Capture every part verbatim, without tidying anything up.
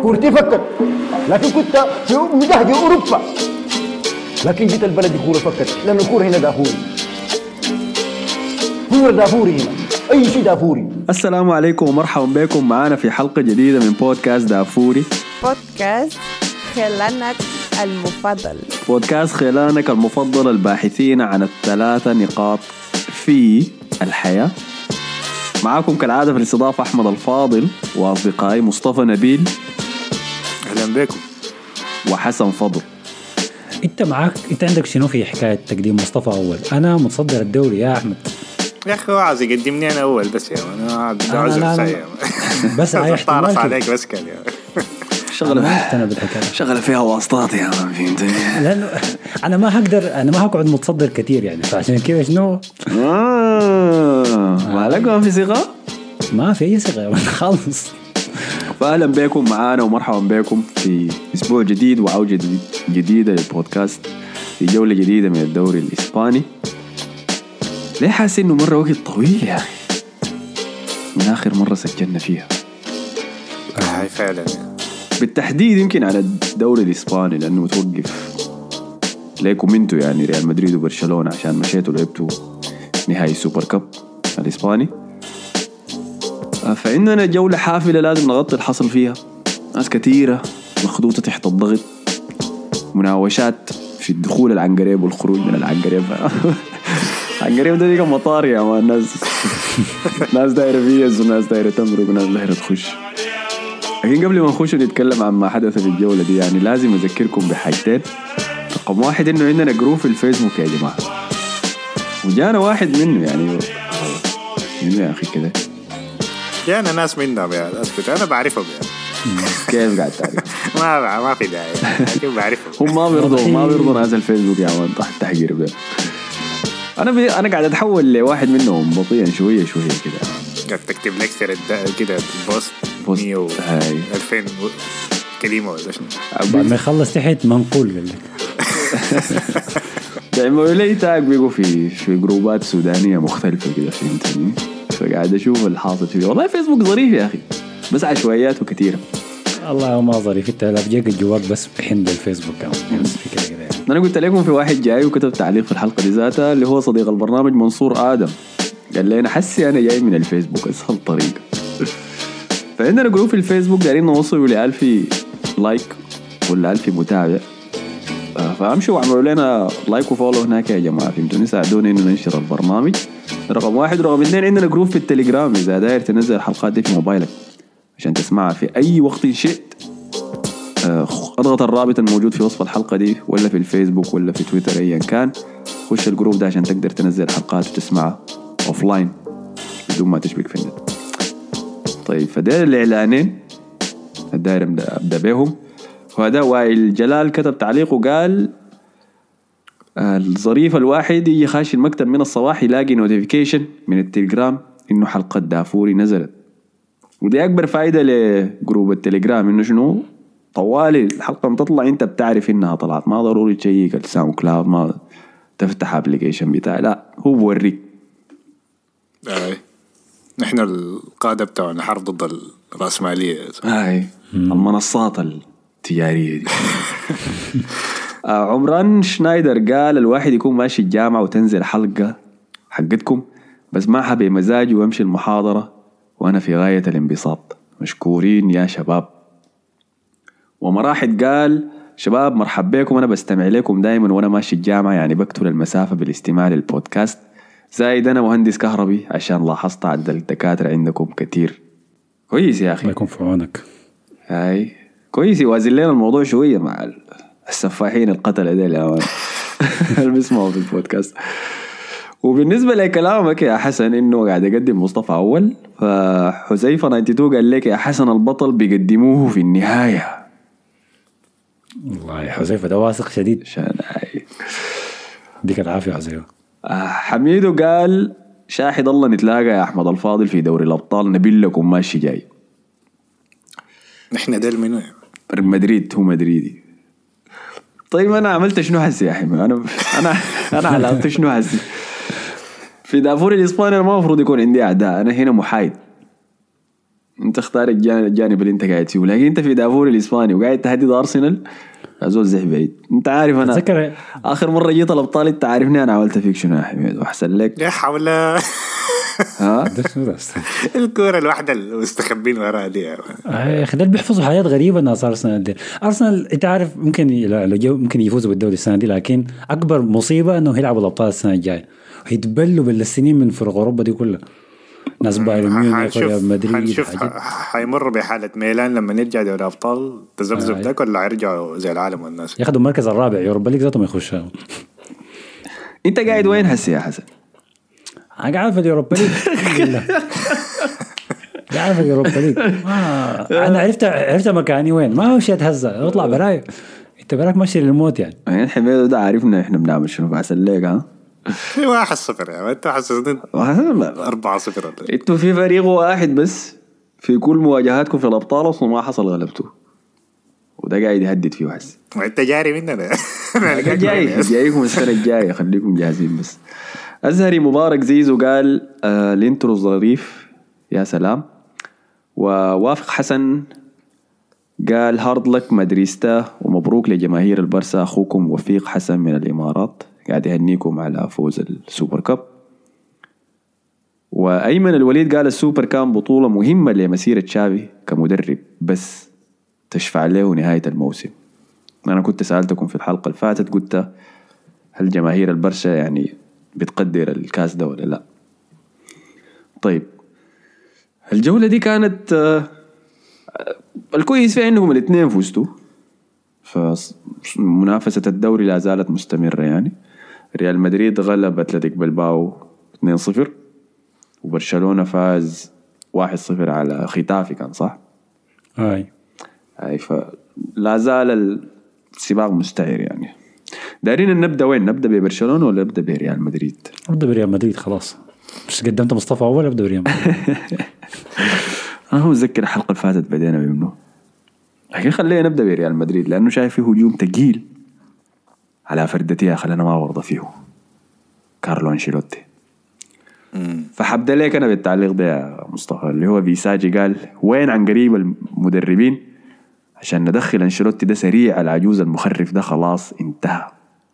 كورتي فكت، لكن كنت في مجهد أوروبا، لكن جيت البلد كورة فكت لأن الكورة هنا دافوري، كورة دافوري هنا، أي شيء دافوري. السلام عليكم ومرحبا بكم معنا في حلقة جديدة من بودكاست دافوري، بودكاست خلانك المفضل بودكاست خلانك المفضل الباحثين عن الثلاثة نقاط في الحياة. معاكم كالعادة في الاستضافة أحمد الفاضل وأصدقائي مصطفى نبيل، أهلا بكم، وحسن فضل. انت معاك، انت عندك شنو في حكاية تقديم مصطفى أول؟ أنا متصدر الدوري يا أحمد. يا أخي هو عايز يقدمني أنا أول بس يا أنا عاوز سايا بس أي احتمال عليك بس كان يا شغلة أنا بالحكاية شغلة فيها واسطات يا مان، فهمتني؟ لأنه أنا ما هقدر، أنا ما هقعد متصدر كتير يعني، فعشان كذا شنو آه ما لقوا في ثقة، ما في أي ثقة خالص. فأهلا بكم معانا ومرحبا بكم في أسبوع جديد وعودة جديدة للبودكاست في جولة جديدة من الدوري الإسباني. ليه حاسس إنه مرة وقت طويل يا أخي من آخر مرة سجلنا فيها؟ هاي فعلا بالتحديد يمكن على الدوري الإسباني، لأنه متوقف ليكم انتوا يعني ريال مدريد وبرشلونة عشان مشيتوا لعبتوا نهائي سوبر كاب الإسباني. فإننا جولة حافلة لازم نغطي الحصل فيها، ناس كثيرة مخدوطة تحت الضغط، مناوشات في الدخول العنقريب والخروج من العنقريب. العنقريب ده ديك مطار يا مان، ناس ناس دايرة فيز وناس دايرة تمرق وناس دايرة تخش. لكن قبل ما نخش نتكلم عن ما حدث في الجولة دي يعني لازم أذكركم بحاجتين. رقم واحد إنه عندنا جروب في الفيسبوك يا جماعة، وجانا واحد منه يعني منه يا أخي كده يا أنا ناس منهم يا أسكت، أنا بعرفهم يعني. كيف قاعد تعرف؟ ما ما في داعي لكن بعرفهم. هم ما بيرضوا ما بيرضوا ناس الفيسبوك يا مان تحت تحقير بيه. أنا بي أنا قاعد أتحول لواحد منهم بطيئا شوية شوية كده. قاعد تكتب لك سير كده بوست مية و ألفين كلمة ولا شنو؟ بعد ما يخلص تحت منقول قال لك. دائما لي تاج بيجوا في في جروبات سودانية مختلفة كده، فهمتني؟ فقاعد أشوف الحاصل فيه. والله فيسبوك ظريف يا أخي بس عشوائياته كثيرة. الله ما ظريف، انت لا بجيك الجواب بس بحند الفيسبوك كمان بس في كده كده يعني. أنا قلت لكم في واحد جاي وكتب تعليق في الحلقة دي ذاتها اللي هو صديق البرنامج منصور آدم، قال لي أنا حسي أنا جاي من الفيسبوك أسهل طريقة. فعندنا جروب في الفيسبوك دارين نوصلوا لألف لايك ولا ألف متابع، فأمشوا وعملوا لنا لايك وفولو هناك يا جماعة، فهمتوني؟ ساعدوني إنه ننشر البرنامج. رقم واحد. رقم اثنين عندنا جروب في التليجرام، إذا داير تنزل الحلقات دي في موبايلك عشان تسمعها في أي وقت شئت، اضغط الرابط الموجود في وصف الحلقة دي ولا في الفيسبوك ولا في تويتر أيا كان، خش الجروب ده عشان تقدر تنزل الحلقات وتسمعها أوفلاين بدون ما تشبك في النت. طيب فدير الإعلانين الداير أبدأ بهم. وهذا وائل جلال كتب تعليق وقال الظريف الواحد يجي خاش المكتب من الصباح يلاقي نوتيفيكيشن من التليجرام إنه حلقة دافوري نزلت. ودي أكبر فائدة لجروب التليجرام، إنه شنو طوالي الحلقة متطلع أنت بتعرف إنها طلعت، ما ضروري تشيك الساوند كلاود، ما تفتح أبليكيشن بتاعي، لا هو بوريك. أي نحن القادة بتاعنا حرب ضد الرأسمالية. هاي المنصات التجارية دي. عمران شنايدر قال الواحد يكون ماشي الجامعة وتنزل حلقة حقتكم بس ما حبي مزاجي وامشي المحاضرة وانا في غاية الانبساط، مشكورين يا شباب. ومراحد قال شباب مرحب بكم، انا بستمع لكم دايما وانا ماشي الجامعة، يعني بقتل المسافة بالاستماع للبودكاست. زايد انا مهندس كهربي عشان لاحظت عدد الدكاترة عندكم كتير. كويس يا اخي، الله يكون في عونك. هاي كويس يوازن لنا الموضوع شوية مع السفاحين القتلة دي اللي بيسمعوا في البودكاست. وبالنسبة لكلامك يا حسن إنه قاعد يقدم مصطفى أول، فحزيفة اثنين وتسعين قال لك يا حسن البطل بيقدموه في النهاية. والله حزيفة ده واثق شديد، شان هاي ديك العافية حزيفة. آه حميدو قال شاهد الله نتلاقى يا أحمد الفاضل في دوري الأبطال، نبيل لكم ماشي جاي. نحن دل منو مدريد، هو مدريدي. طيب أنا عملت شنو هسي يا حمي؟ أنا أنا أنا على شنو هسي في دافوري الإسباني؟ ما مفروض يكون عندي أعداء، أنا هنا محايد. انت اختار الجانب اللي انت قاعد فيه، لكن انت في دافور الاسباني وقاعد تهدد ارسنال ازول زح بعيد. انت عارف انا تذكر اخر مره جيت الابطال انت عارفني انا عملت فيك شنو يا حميد واحسن لك يا حول ها الكوره الواحده المستخبين وراها دي يا اخي ده بيحفظوا حاجات غريبه الناس. ارسنال دي ارسنال انت عارف ممكن لو جو ممكن يفوزوا بالدوري السنه دي، لكن اكبر مصيبه انه يلعبوا الابطال السنه الجايه ويتبلوا بالسنين من فرق اوروبا دي كلها. ناس بايرن ميونخ ريال مدريد حنشوف حيمر بحاله ميلان لما نرجع دوري الابطال تذبذب ذاك ولا حيرجعوا زي العالم والناس ياخذوا المركز الرابع يوروبا ليج ذاتهم يخشوا. انت قاعد وين هسه يا حسن؟ انا قاعد في اليوروبا ليج. قاعد في اليوروبا ليج. انا عرفت عرفت مكاني وين، ما هو شيء اتهزأ اطلع براي. انت براك ماشي للموت يعني. يعني حميد ده عارفنا احنا بنعمل شنو بعسل ليك ها. واحد صفر يا انت حسستني أربعة صفر. انتوا في فريق واحد بس في كل مواجهاتكم في الابطال اصلا ما حصل غلبته، وده قاعد يهدد فيه حس. وانت جاري مننا. جاي جايكم السنه الجايه خليكم جاهزين. بس أزهري مبارك زيزو قال آه الانترو ظريف يا سلام. ووافق حسن قال هارد لك مدريستا ومبروك لجماهير البرسا، أخوكم وفيق حسن من الإمارات قاعد يهنيكم على فوز السوبر كاب. وأيمن الوليد قال السوبر كان بطولة مهمة لمسيرة تشافي كمدرب بس تشفع له نهاية الموسم. أنا كنت سألتكم في الحلقة اللي فاتت قلت هل جماهير البرسا يعني بتقدر الكاس ده ولا لا؟ طيب الجولة دي كانت آه الكويس فيها انكم الاثنين فزتوا، فمنافسة الدوري لا زالت مستمرة. يعني ريال مدريد غلب أتلتيك بلباو اثنين صفر، وبرشلونة فاز واحد صفر على ختافي كان صح؟ اي اي فلا زال السباق مستعر. يعني دارين نبدا وين؟ نبدا ببرشلونة ولا نبدا بريال مدريد؟ نبدا بريال مدريد خلاص. مش قدمت مصطفى اول ابدا بريال مدريد. انا هو متذكر الحلقه اللي فاتت بدينا بمنه، لكن خلينا نبدا بريال مدريد لانه شايف فيه هجوم ثقيل على فردتيها. خلينا ما برضى فيه كارلو انشيلوتي. فحبدا ليك انا بالتعليق ده يا مصطفى اللي هو بيساجي قال وين عن قريب المدربين عشان ندخل انشيلوتي ده سريع. العجوز المخرف ده خلاص انتهى.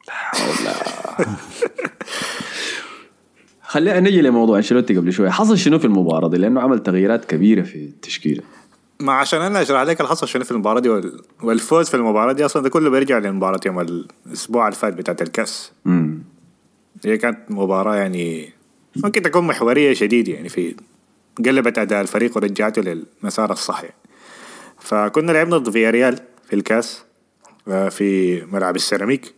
خلينا نجي لموضوع انشيلوتي قبل شويه. حصل شنو في المباراه دي؟ لانه عمل تغييرات كبيره في التشكيله. ما عشان انا اشرح لك الحصل شنو في المباراه دي والفوز في المباراه دي اصلا ده كله بيرجع لمباراه يوم الاسبوع اللي فات بتاعه الكاس. امم هي كانت مباراه يعني ممكن تكون محوريه شديد يعني في قلبت اداء الفريق ورجعته للمسار الصحي. فكنا لعبنا ضد فياريال في الكاس في ملعب السيراميك.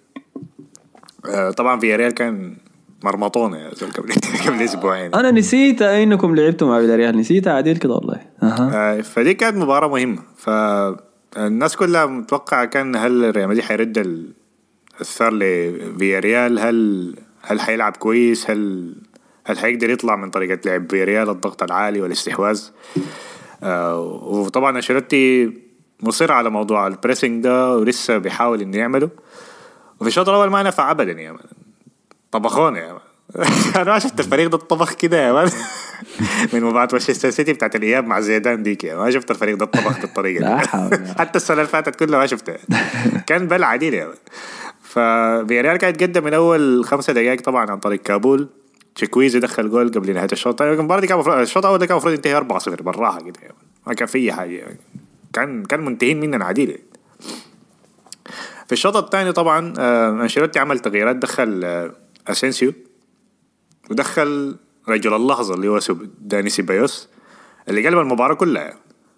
طبعا فياريال كان مرمطونه يا زول قبل قبل اسبوعين. انا نسيت انكم لعبتوا مع فياريال، نسيت عادل كده والله. أه. فدي كانت مباراه مهمه. فالناس كلها متوقعه كان هل ريال مدريد حيرد الثار لفياريال، هل هل حيلعب كويس، هل هل حيقدر يطلع من طريقه لعب فياريال الضغط العالي والاستحواذ. أه وطبعا انشيلوتي مصر على موضوع البريسنج ده ولسه بيحاول انه يعمله. وفي الشوط الاول ما نفع ابدا يا مان. طبخون يا مان. انا ما شفت الفريق ده الطبخ كده يا مان. من مباراة مانشستر سيتي بتاعت الاياب مع زيدان ديك يا ما شفت الفريق ده الطبخ بالطريقه دي. حتى السنه اللي فاتت كلها ما شفتها. كان بل عديل يا مان. ففياريال كان يتقدم من اول خمسة دقائق طبعا عن طريق كابول. تشيكويزي دخل جول قبل نهايه الشوط. طيب المباراه دي كان مفروض الشوط الاول ده كان المفروض ينتهي أربعة صفر بالراحه كده يا مان. ما كان في حاجه يعني. كان كان منتهين مننا عديل. في الشوط الثاني طبعا انشيلوتي عمل تغييرات. دخل اسينسيو ودخل رجل اللحظه اللي هو داني سيبايوس اللي قلب المباراه كلها.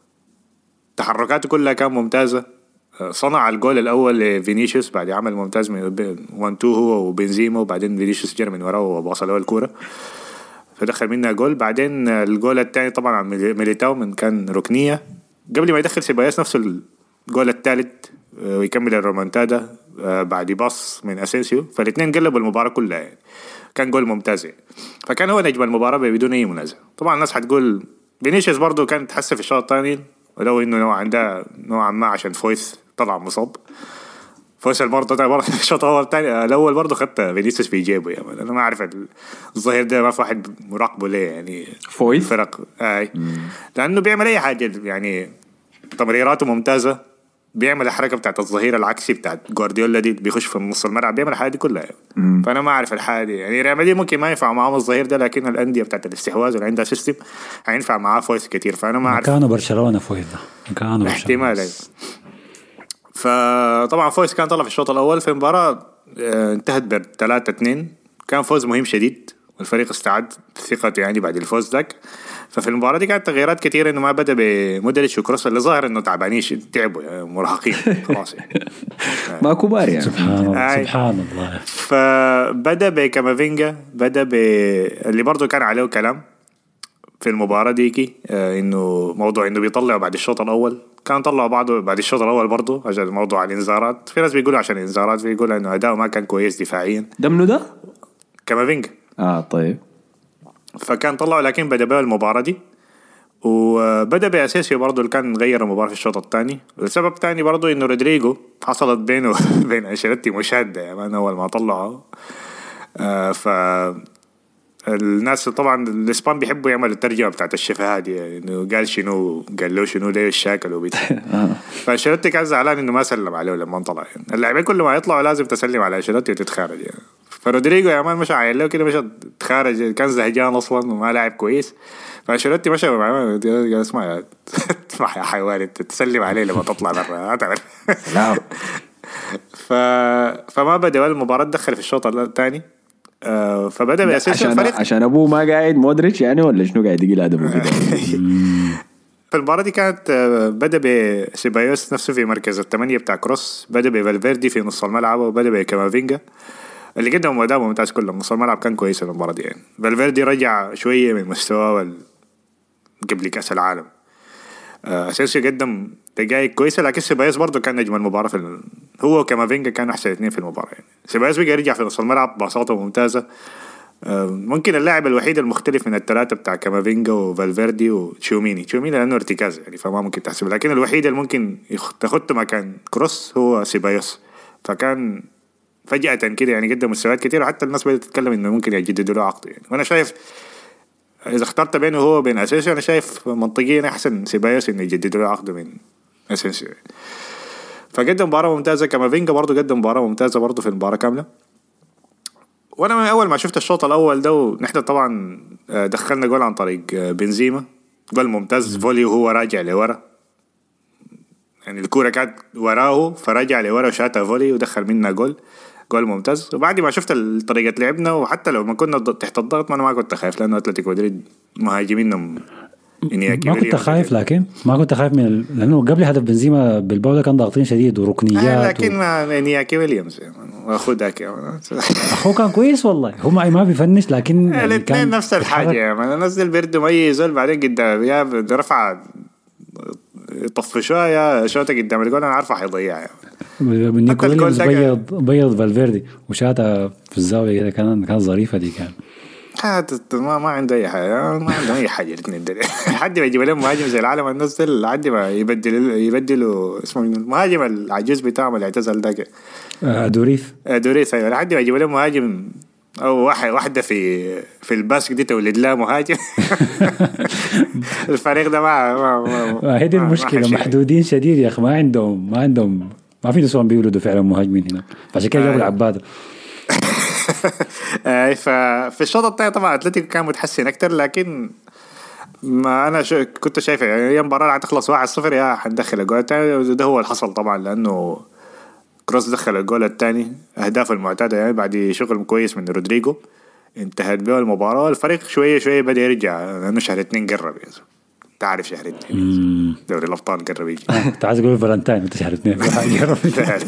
تحركاته كلها كان ممتازه. صنع الجول الاول لفينيسيوس بعد عمل ممتاز من وان تو هو وبنزيما، وبعدين فينيسيوس جرى من وراه وباص له الكوره فدخل منها جول. بعدين الجول الثاني طبعا عن ميليتاو من كان ركنيه قبل ما يدخل سيبايوس نفس الجول الثالث ويكمل الرومانتادا بعد باص من اسينسيو. فالاثنين قلبوا المباراه كلها يعني. كان جول ممتاز. فكان هو نجم المباراه بدون اي منازع. طبعا الناس حتقول فينيسيوس برضو كان تحسن في الشوط الثاني ولو انه نوعا عنده نوعا ما عشان فويث طلع مصاب. فوز برضه ده برضه الشوط الاول ثاني الاول برضه خدت فينيسيوس في جيبه يا يعني. انا ما اعرف الظهير ده ما في واحد مراقبه ليه يعني فويس فرق اي لانه بيعمل اي حاجه يعني تمريراته ممتازه بيعمل الحركه بتاعت الظهير العكسي بتاعت جوارديولا دي بيخش في نص الملعب بيعمل الحاجه دي كلها يعني. فانا ما اعرف الحاجه دي يعني ريال مدريد ممكن ما ينفع معاهم الظهير ده لكن الانديه بتاعت الاستحواذ اللي عندها سيستم هينفع معاه فويس كتير فانا ما اعرف كانوا برشلونه فويس ده كانوا احتمال يعني. فطبعا فويس كان طلع في الشوط الاول في مباراه انتهت ب ثلاثة اثنين كان فوز مهم شديد والفريق استعد ثقته يعني بعد الفوز ذاك. ففي المباراه دي كانت تغييرات كثيره انه ما بدا بمودريتش وكروس اللي ظاهر انه تعبانيش تعبوا يعني مرهقين خلاص يعني. ما كبار يعني سبحان الله سبحان الله. فبدا بكامافينجا بدا ب اللي برضه كان عليه كلام في المباراه ديكي آه انه موضوع انه بيطلعوا بعد الشوط الاول كان طلعوا بعضه بعد الشوط الاول برضه عشان موضوع الانذارات في ناس بيقولوا عشان الانذارات في بيقولوا انه اداؤه ما كان كويس دفاعيا. ده منو ده؟ كامافينجا. اه طيب. فكان طلعوا لكن بدا بها المباراه دي وبدا باساسيو برضه اللي كان غير المباراه في الشوط الثاني. السبب الثاني برضه انه رودريجو حصلت بينه بين انشيلوتي مشاده يعني اول ما طلعوا آه ف الناس طبعا الاسبان بيحبوا يعملوا الترجمه بتاعت الشفاه دي يعني انه قال شنو قال له شنو ليه الشاكل وبتاع. فانشيلوتي كان زعلان انه ما سلم عليه لما طلع يعني. اللاعبين كل ما يطلعوا لازم تسلم على انشيلوتي وتتخارج يعني. فرودريجو يا مان مش عايل له كده مش تخارج كان زهجان اصلا وما لاعب كويس. فانشيلوتي مشى معاه قال اسمع يا اسمع يا حيوان تسلم عليه لما تطلع برا تعرف. لا ف فما بدا المباراه دخل في الشوط الثاني آه فبدا باساسيو عشان الفريق عشان ابوه ما قاعد مودريتش يعني ولا شنو قاعد يقيل ادبه كده. في المباراه دي كانت بدا بسيبايوس نفسه في مركز الثمانيه بتاع كروس بدا بفالفيردي في نص الملعب وبدا بكامافينجا اللي قدم اداء ممتاز كلهم نص الملعب كان كويس في المباراه دي يعني. فالفيردي رجع شويه من مستواه قبل كاس العالم. اساسيو قدم دقائق كويسه لكن سيبايوس برضه كان نجم المباراه في ال... هو وكامافينجا كانوا احسن اثنين في المباراه يعني. سيبايوس بقى يرجع في نص الملعب ببساطه ممتازه. ممكن اللاعب الوحيد المختلف من الثلاثه بتاع كامافينجا وفالفيردي وتشوميني تشوميني لانه ارتكاز يعني فما ممكن تحسب لكن الوحيد اللي ممكن تاخده مكان كروس هو سيبايوس. فكان فجاه كده يعني قدم مستويات كتير وحتى الناس بدات تتكلم انه ممكن يجددوا له عقده يعني. وانا شايف إذا اخترت بينه هو وبين أساسيو أنا شايف منطقيا أحسن سيبايوس إنه يجدد له عقده من أساسيو. فقدم مباراة ممتازة كامافينجا برضو قدم مباراة ممتازة برضو في المباراة كاملة. وأنا من أول ما شفت الشوط الأول ده ونحن طبعا دخلنا جول عن طريق بنزيما جول ممتاز فولي وهو راجع لورا يعني الكورة كانت وراه فرجع لورا وشاتها فولي ودخل منها جول جول ممتاز. وبعد ما شفت طريقة لعبنا وحتى لو ما كنا تحت الضغط ما أنا ما كنت خايف لأنه أتلتيكو مدريد مهاجمينهم ما كنت خايف لكن ما كنت خايف من ال... لأنه قبل هدف بنزيما بالباو ده كان ضاغطين شديد وركنيات آه لكن و... ما نياكي ويليامز واخو ذاك اخوه كان كويس والله هو ما بيفنش لكن يعني الاثنين نفس الحاجة يعني أنا نزل برد مي زول بعدين قدام يا رفع طفشوها يا شوطة قدام الجول أنا عارفة حيضيعها من نيكو ويليامز بيض بيض فالفيردي وشاتها في الزاوية كده كان كان ظريفة دي كان ما ما عنده أي حاجة ما عنده أي حاجة الاثنين دول حد ما يجيب لهم مهاجم زي العالم الناس دول حد ما يبدل يبدلوا اسمه المهاجم العجوز بتاعهم اللي اعتزل ذاك دوريث دوريث أيوة حد ما يجيب لهم مهاجم أو واحد واحدة في في الباسك دي تولد لها مهاجم الفريق ده ما ما ما هي دي المشكلة محدودين شديد يا أخي ما عندهم ما عندهم ما في نسوان بيولدوا فعلا مهاجمين هنا فعشان كده جابوا العبادة. ففي الشوط الثاني طبعا أتلتيكو كان متحسن أكتر لكن ما أنا شو كنت شايفه يعني المباراة هتخلص واحد صفر يا حندخل الجول الثاني وده هو اللي حصل طبعا لأنه كروس دخل الجول الثاني أهداف المعتادة يعني بعد شغل كويس من رودريجو انتهت به المباراة والفريق شوية شوية بدأ يرجع لأنه شهر اثنين قرب يعني تعرف شهر اثنين دوري الأبطال قرب يجي أنت عايز تقول فالنتين أنت شهر اثنين قرب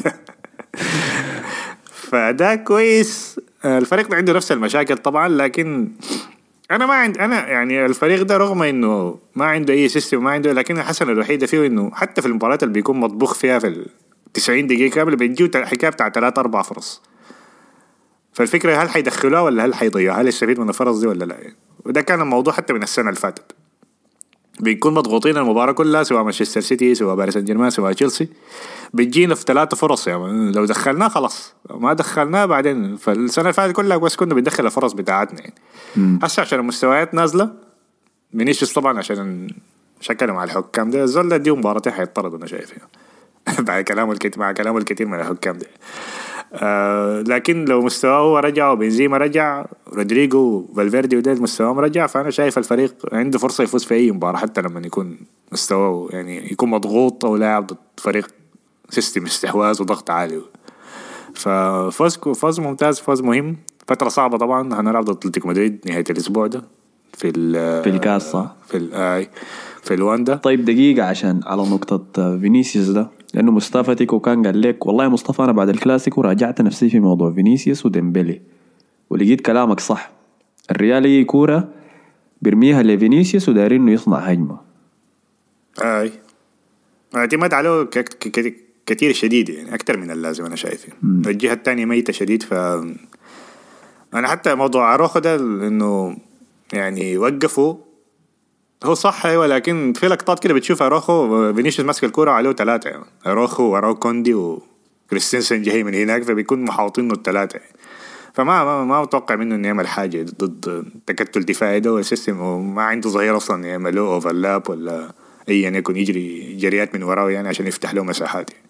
فده كويس. الفريق عنده نفس المشاكل طبعا لكن أنا ما عند أنا يعني الفريق ده رغم إنه ما عنده أي سيستم ما عنده لكن الحسنة الوحيدة فيه إنه حتى في المباريات اللي بيكون مطبوخ فيها في تسعين دقيقة كاملة بيجيو حكاية بتاع ثلاثة أربعة فرص. فالفكرة هل حيدخلوها ولا هل حيضيعوها هل يستفيد من الفرص دي ولا لا يعني. وده كان الموضوع حتى من السنة اللي فاتت بيكون مضغوطين المباراة كلها، سواء مانشستر سيتي سواء باريس سان جيرمان سواء تشيلسي، بتجينا في ثلاثة فرص يعني لو دخلناه خلاص، ما دخلناه بعدين. فالسنة اللي فاتت كلها بس كنا بندخل الفرص بتاعتنا يعني. هسه عشان المستويات نازلة فينيسيوس طبعا عشان شكله مع الحكام ده الزول ده دي مباراتين حيطرد أنا شايف يعني. بعد كلامه الكتير مع كلامه الكثير من الحكام ده. آه لكن لو مستواه رجع وبنزيما رجع رودريجو فالفيردي وديل مستواهم رجع، فأنا شايف الفريق عنده فرصة يفوز في أي مباراة حتى لما يكون مستواه يعني يكون مضغوط أو لاعب ضد فريق سيستم استحواذ وضغط عالي. ففوز فوز ممتاز، فوز مهم. فترة صعبة طبعا، هنلعب ضد أتلتيكو مدريد نهاية الأسبوع ده في في الكاس صح؟ في الآي في الواندا. طيب دقيقة عشان على نقطة فينيسيوس ده، لأنه مصطفى تيكو كان قال لك والله مصطفى أنا بعد الكلاسيكو راجعت نفسي في موضوع فينيسيوس وديمبلي، ولقيت كلامك صح. الريال يجي كورة بيرميها لفينيسيوس ودارين إنه يصنع هجمة. آي اعتماد عليه كتير شديد يعني أكتر من اللازم أنا شايف. الجهة الثانية ميتة شديد. ف أنا حتى موضوع أروخو ده إنه يعني وقفوا هو صح أيوة، لكن في لقطات كده بتشوف أروخو فينيسيوس ماسك الكرة عليه ثلاثة يعني. أروخو وراو كوندي وكريستنسن جاي من هناك، فبيكون محاوطينه الثلاثة يعني. فما ما ما متوقع منه إنه يعمل حاجة ضد تكتل دفاعي ده والسيستم، وما عنده ظهير أصلا يعملوه أوفرلاب ولا أي يعني يكون يجري جريات من وراه يعني عشان يفتح له مساحات يعني.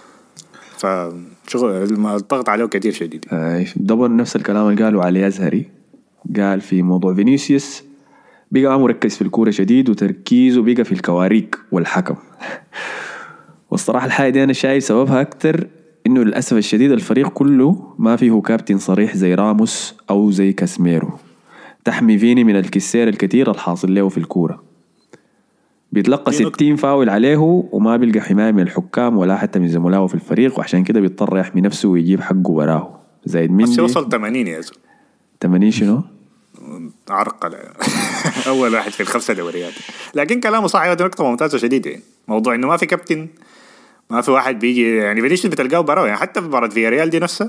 فشغل الضغط عليه كتير شديد. دبر نفس الكلام اللي قالوا على يزهري، قال في موضوع فينيسيوس بقى مركز في الكورة شديد وتركيزه بقى في الكواريك والحكم. والصراحة الحاجة دي أنا شايف سببها أكتر إنه للأسف الشديد الفريق كله ما فيه كابتن صريح زي راموس أو زي كاسميرو تحمي فيني من الكسير الكتير الحاصل له في الكورة. بيتلقى ستين فاول عليه وما بيلقى حماية من الحكام ولا حتى من زملائه في الفريق، وعشان كده بيضطر يحمي نفسه ويجيب حقه وراه. زايد مندي بس وصل ثمانين يا زلمة. ثمانين شنو؟ عرقلة. أول واحد في الخمسة دوريات. لكن كلامه صح، هذه نقطة ممتازة شديدة يعني. موضوع إنه ما في كابتن، ما في واحد بيجي يعني فينيسيوس بتلقاه برا يعني. حتى في مباراة فياريال دي نفسها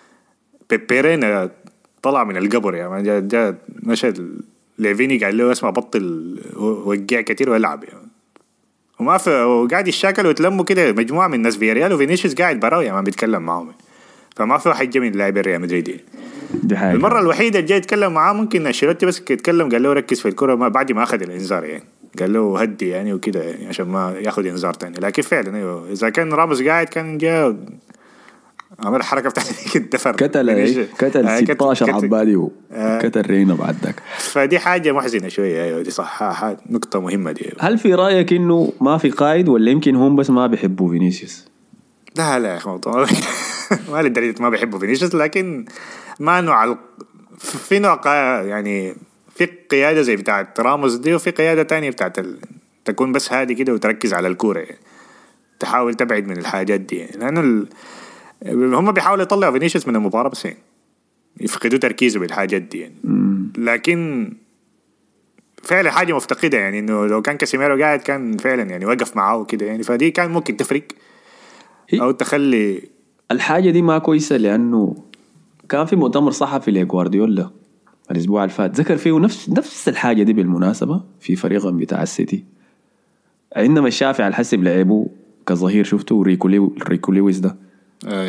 بيبيرين طلع من القبر يعني، جا جا مشى ليفيني قال له اسمع بطل وقع كتير ويلعب يعني. وما في وقاعد يشاكل ويتلموا كده مجموعة من الناس فياريال، وفينيسيوس قاعد برا يعني ما بيتكلم معهم. فما في واحد جا من لاعبين ريال مدريد. المرة الوحيدة اللي جاي يتكلم معاه ممكن أنشيلوتي بس يتكلم قال له ركز في الكرة ما بعد ما أخذ الإنذار يعني، قال له هدي يعني وكده يعني عشان ما ياخد إنذار تاني. لكن فعلا أيوه إذا كان راموس قاعد كان جاء عمل حركة بتاعتك الدفر كتل كتل ستاشر عبادي وكتل رينا بعد ذاك. فدي حاجة محزنة شوية. أيوه دي صح، نقطة مهمة دي. هل في رأيك إنه ما في قائد ولا يمكن هم بس ما بيحبوا فينيسيوس؟ لا لا يا أخي موضوع ما لدرجة ما بيحبوا فينيسيوس، لكن ما نوع في نوع يعني في قيادة زي بتاعة راموس دي، وفي قيادة تانية بتاعة ال... تكون بس هادي كده وتركز على الكورة يعني. تحاول تبعد من الحاجات دي يعني. لأنه ال... هم بيحاولوا يطلعوا فينيسيوس من المباراة بس يعني يفقدوا تركيزه بالحاجات دي يعني. لكن فعلا حاجة مفتقدة يعني، إنه لو كان كاسيميرو قاعد كان فعلا يعني وقف معاه كده يعني، فدي كان ممكن تفرق أو تخلي الحاجة دي ما كويسة. لأنه كان في مؤتمر صحفي لجوارديولا الأسبوع اللي فات ذكر فيه نفس نفس الحاجة دي بالمناسبة في فريقهم بتاع السيتي. عندما الشافعي على حسب لعبه كظهير شفته ريكو لويس ده. أي.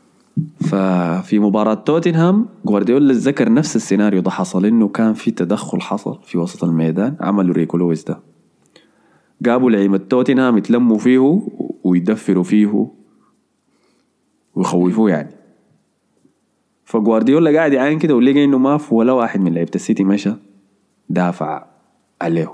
ففي مباراة توتنهام جوارديولا ذكر نفس السيناريو ده حصل، إنه كان في تدخل حصل في وسط الميدان عملوا ريكو لويس ده، جابوا لعيبة توتنهام يتلموا فيه ويدفروا فيه ويخوفوه يعني. فجوارديولا قاعد يعاين كده ولقى انه ما في ولا واحد من لعيبه السيتي مشى دافع عليه.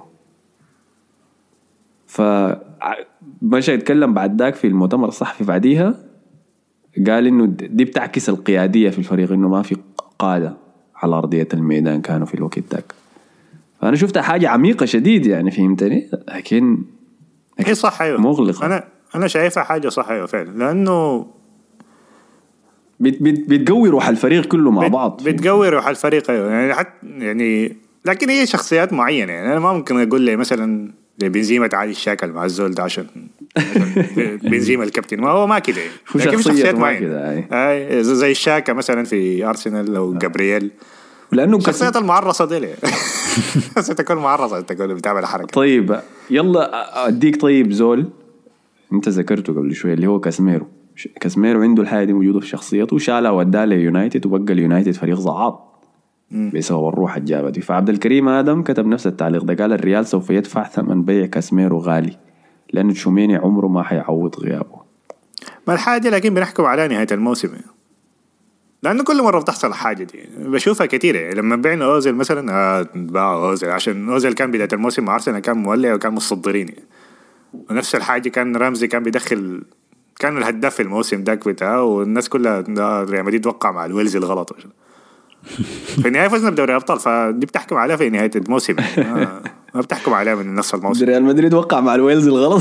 فمشى يتكلم بعد ذاك في المؤتمر الصحفي بعديها، قال انه دي بتعكس القياديه في الفريق، انه ما في قاده على ارضيه الميدان كانوا في الوقت ذاك. فانا شفتها حاجه عميقه شديد يعني، فهمتني؟ لكن هي صح ايوه مغلقه. انا انا شايفها حاجه صح ايوه فعلا، لانه بت بت بتقوي روح الفريق كله مع بعض، بتقوي روح الفريق ايوه يعني حتى يعني. لكن هي شخصيات معينه يعني، انا ما ممكن اقول لي مثلا بنزيما تعالي الشاكل مع الزول ده عشان بنزيما الكابتن، ما هو ما كده يعني. لكن في شخصيات معينه اي زي الشاكا مثلا في ارسنال او جابرييل لانه شخصيات المعرصه دي ليه تكون معرصه تكون بتعمل حركه. طيب يلا اديك طيب زول انت ذكرته قبل شويه اللي هو كاسميرو. كاسميرو عنده الحاجه دي موجوده في شخصيته وشالها وداها ليونايتد وبقى اليونايتد فريق ضعاف بسبب الروح الجابه دي. فعبد الكريم ادم كتب نفس التعليق ده، قال الريال سوف يدفع ثمن بيع كاسميرو غالي لانه تشوميني عمره ما حيعوض غيابه. ما الحاجه دي لكن بنحكم على نهايه الموسم لانه كل مره بتحصل الحاجه دي بشوفها كتير. يعني لما بعنا اوزيل مثلا آه باع اوزيل عشان اوزيل كان بدايه الموسم مع ارسنال كان مولع وكان مصدرين، ونفس الحاجه كان رامزي كان بيدخل كان الهداف في الموسم داك بتاعه والناس كلها ريال مدريد وقع مع الويلز الغلط. في النهايه فزنا بدوري الابطال فدي بتحكم عليها في نهايه الموسم آه. ما بتحكم عليها من نص الموسم. ريال مدريد وقع مع الويلز الغلط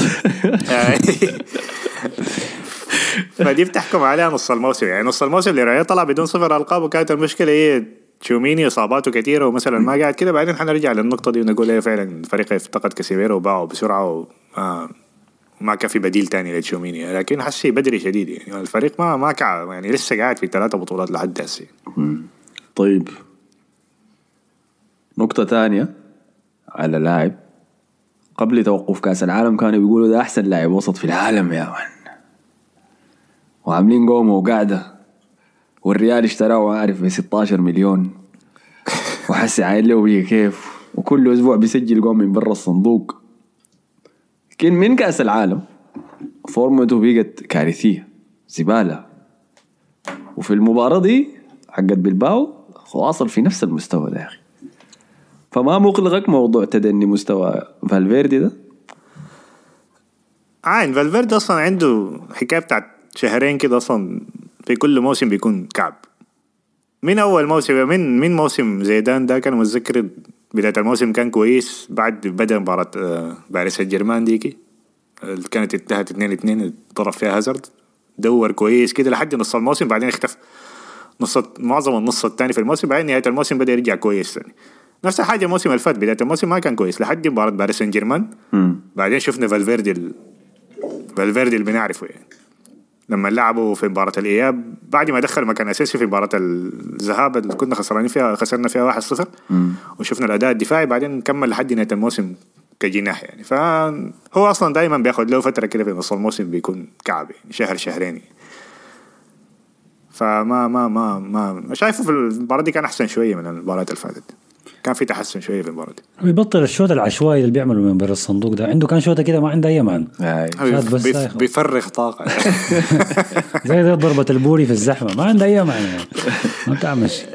فدي بتحكم عليها نص الموسم. يعني نص الموسم اللي ريال طلع بدون صفر القاب وكانت المشكله هي تشوميني اصاباته كثيره ومثلا ما قاعد كده. بعدين حنرجع للنقطه دي ونقول ايه فعلا الفريق افتقد كاسيميرو وباعه بسرعه وما ما كان في بديل تاني لتشوميني. لكن حسي بدري شديد يعني الفريق ما ما كع يعني لسه قاعد في ثلاثه بطولات لحد هسه. طيب نقطه ثانيه على لاعب قبل توقف كاس العالم كانوا بيقولوا ده احسن لاعب وسط في العالم يا مان وعاملين قومه وقاعده والريال اشتراه عارف ب ستة عشر مليون وحسي عايل له بيه كيف وكل اسبوع بيسجل قوم من برا الصندوق. لكن من كاس العالم فورمته بقت كارثيه زباله وفي المباراه دي حقت بلباو واصل في نفس المستوى ده يا اخي. فما مقلقك موضوع تدني مستوى فالفيردي ده؟ عين فالفيردي اصلا عنده حكايه بتاعت شهرين كده اصلا في كل موسم بيكون كعب. من اول موسم من من موسم زيدان ده كان متذكر بدايه الموسم كان كويس بعد بدا مباراه باريس سان جيرمان ديكي كانت انتهت اثنين اثنين ضرب فيها هازارد دور كويس كده لحد نص الموسم بعدين اختفى نص معظم النص الثاني في الموسم. بعدين نهايه الموسم بدا يرجع كويس ثاني. نفس الحاجه الموسم اللي فات بدايه الموسم ما كان كويس لحد مباراه باريس سان جيرمان. بعدين شفنا فالفيردي ال... فالفيردي اللي بنعرفه يعني لما لعبوا في مباراة الإياب بعد ما دخل مكان أساسي في مباراة الذهاب اللي كنا خسرانين فيها خسرنا فيها واحد صفر وشفنا الأداء الدفاعي بعدين كمل لحد نهاية الموسم كجناح يعني. فهو أصلا دائما بياخد له فترة كده في نص الموسم بيكون كعب يعني شهر شهرين. فما ما ما ما شايفه في المباراة دي كان أحسن شوية من المباراة اللي فاتت. كان في تحسن شويه في المباراه دي. بيبطل الشوط العشوائي اللي بيعمله من برا الصندوق ده. عنده كان شوطه كده ما عنده اي معنى بيف بيفرغ طاقه زي زي ضربه البوري في الزحمه ما عنده اي معنى ما بتعمل شيء.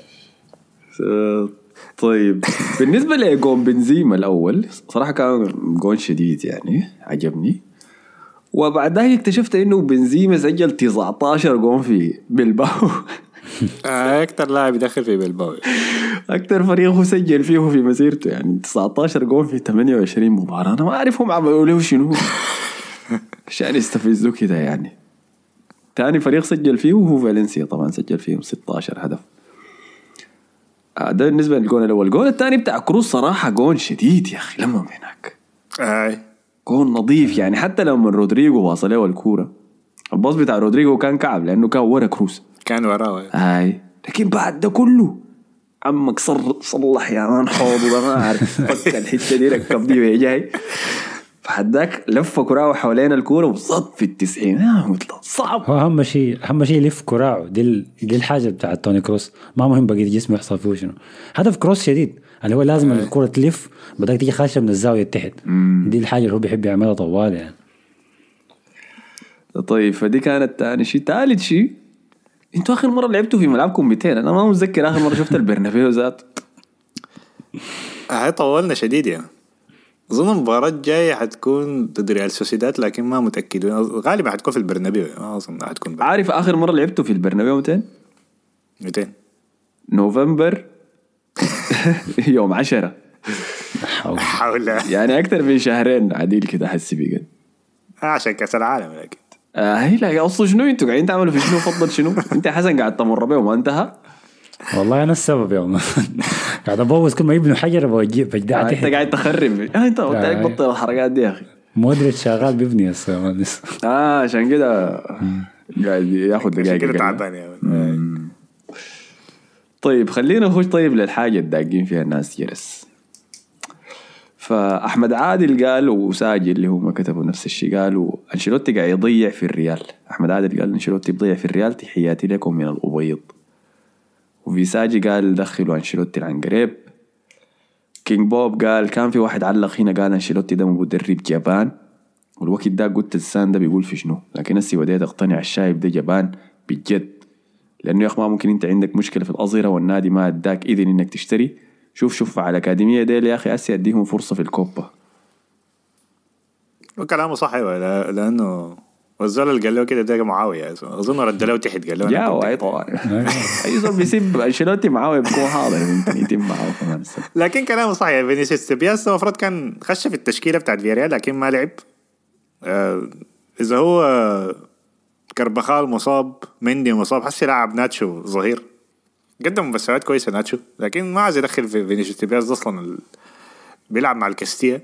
طيب بالنسبه لجون بنزيما الاول صراحه كان جون شديد يعني عجبني. وبعد ذلك اكتشفت انه بنزيما سجل تسعة عشر جون في بلباو اكتر لاعب يدخل في بلباو اكتر فريق هو سجل فيه في مسيرته يعني تسعة عشر جول في ثمانية وعشرين مباراة. انا ما اعرف هم عملوا له شنو عشان يستفزوا كده يعني. ثاني فريق سجل فيه هو فالنسيا طبعا سجل فيهم ستة عشر هدف. ده بالنسبة للجون الاول. الجون الثاني بتاع كروس صراحة جون شديد يا اخي لما هناك اي جون نظيف يعني حتى لما رودريجو واصل له الكورة الباص بتاع رودريجو كان كعب لانه كان ورا كروس كان وراه هاي. لكن بعد ده كله عمك صر صلح يا مان حوض ما عارف فك الحته دي ركب دي وهي جاي فحداك لف كراعه حوالين الكوره وصد في التسعين صعب. هو اهم شيء اهم شيء يلف كراعه دي دي الحاجه بتاعت توني كروس ما مهم بقيه جسمه يحصل فيه شنو. هدف كروس شديد اللي هو لازم الكره تلف بدك تيجي خاشة من الزاويه تحت دي الحاجه اللي هو بيحب يعملها طوال يعني. طيب فدي كانت ثاني شيء. ثالث شيء انتوا اخر مره لعبتوا في ملعبكم مئتين انا ما متذكر اخر مره شفت البرنابيو ذات. هاي طولنا شديد يعني. اظن المباراه الجايه حتكون ضد ريال سوسيداد لكن ما متاكد غالبا حتكون في البرنابيو ما اظن حتكون برنابيو. عارف اخر مره لعبتوا في البرنابيو مئتين مئتين نوفمبر يوم عشرة حول يعني اكثر من شهرين عديل كده احس بجد عشان كاس العالم لكن آه هي لا اصلا شنو انتوا قاعدين تعملوا في شنو فضل شنو انت حسن قاعد تمر بيه وما انتهى. والله انا السبب يا مان قاعد ابوظ كل ما يبنوا حاجره بوجي بجدع انت قاعد تخرب اه انت قلت لك بطل الحركات دي يا اخي. مودريتش شغال بيبني السما اه عشان كده قاعد ياخذ دقائق كده تعبان يا مان. طيب خلينا نخش طيب للحاجة الداقين فيها الناس جرس. فأحمد عادل قال وساجي اللي هم كتبوا نفس الشيء، قالوا أنشيلوتي قاعد يضيع في الريال. أحمد عادل قال أنشيلوتي بضيع في الريال، تحياتي لكم من الأبيض. وفي ساجي قال دخلوا أنشيلوتي العنقريب. كينج بوب قال كان في واحد علق هنا قال أنشيلوتي ده مدرب جبان، والوقت ده قلت السان ده بيقول في شنو، لكن هسي بديت أقتنع الشايب ده جبان بجد، لأنه يا أخ ما ممكن أنت عندك مشكلة في الأظهرة والنادي ما أداك إذن إنك تشتري. شوف شوف على الأكاديمية ديل يا أخي أسي أديهم فرصة في الكوبا. وكلامه صح ايوه، لانه والزول اللي قال له كده ده معاويه اظن رد له تحت قال له يا واي طبعا اي زول بيسيب انشيلوتي معاويه بيكون حاضر ممكن يتم معاه كمان. لكن كلامه صح يا فينيسيوس بياس المفروض كان خش في التشكيله بتاعت فياريال لكن ما لعب. آه اذا هو كربخال مصاب مندي مصاب حسي لاعب ناتشو ظهير قدم مستويات كويسه ناتشو، لكن ما عايز يدخل في فينيسيوس بياس اصلا ال... بيلعب مع الكاستيا.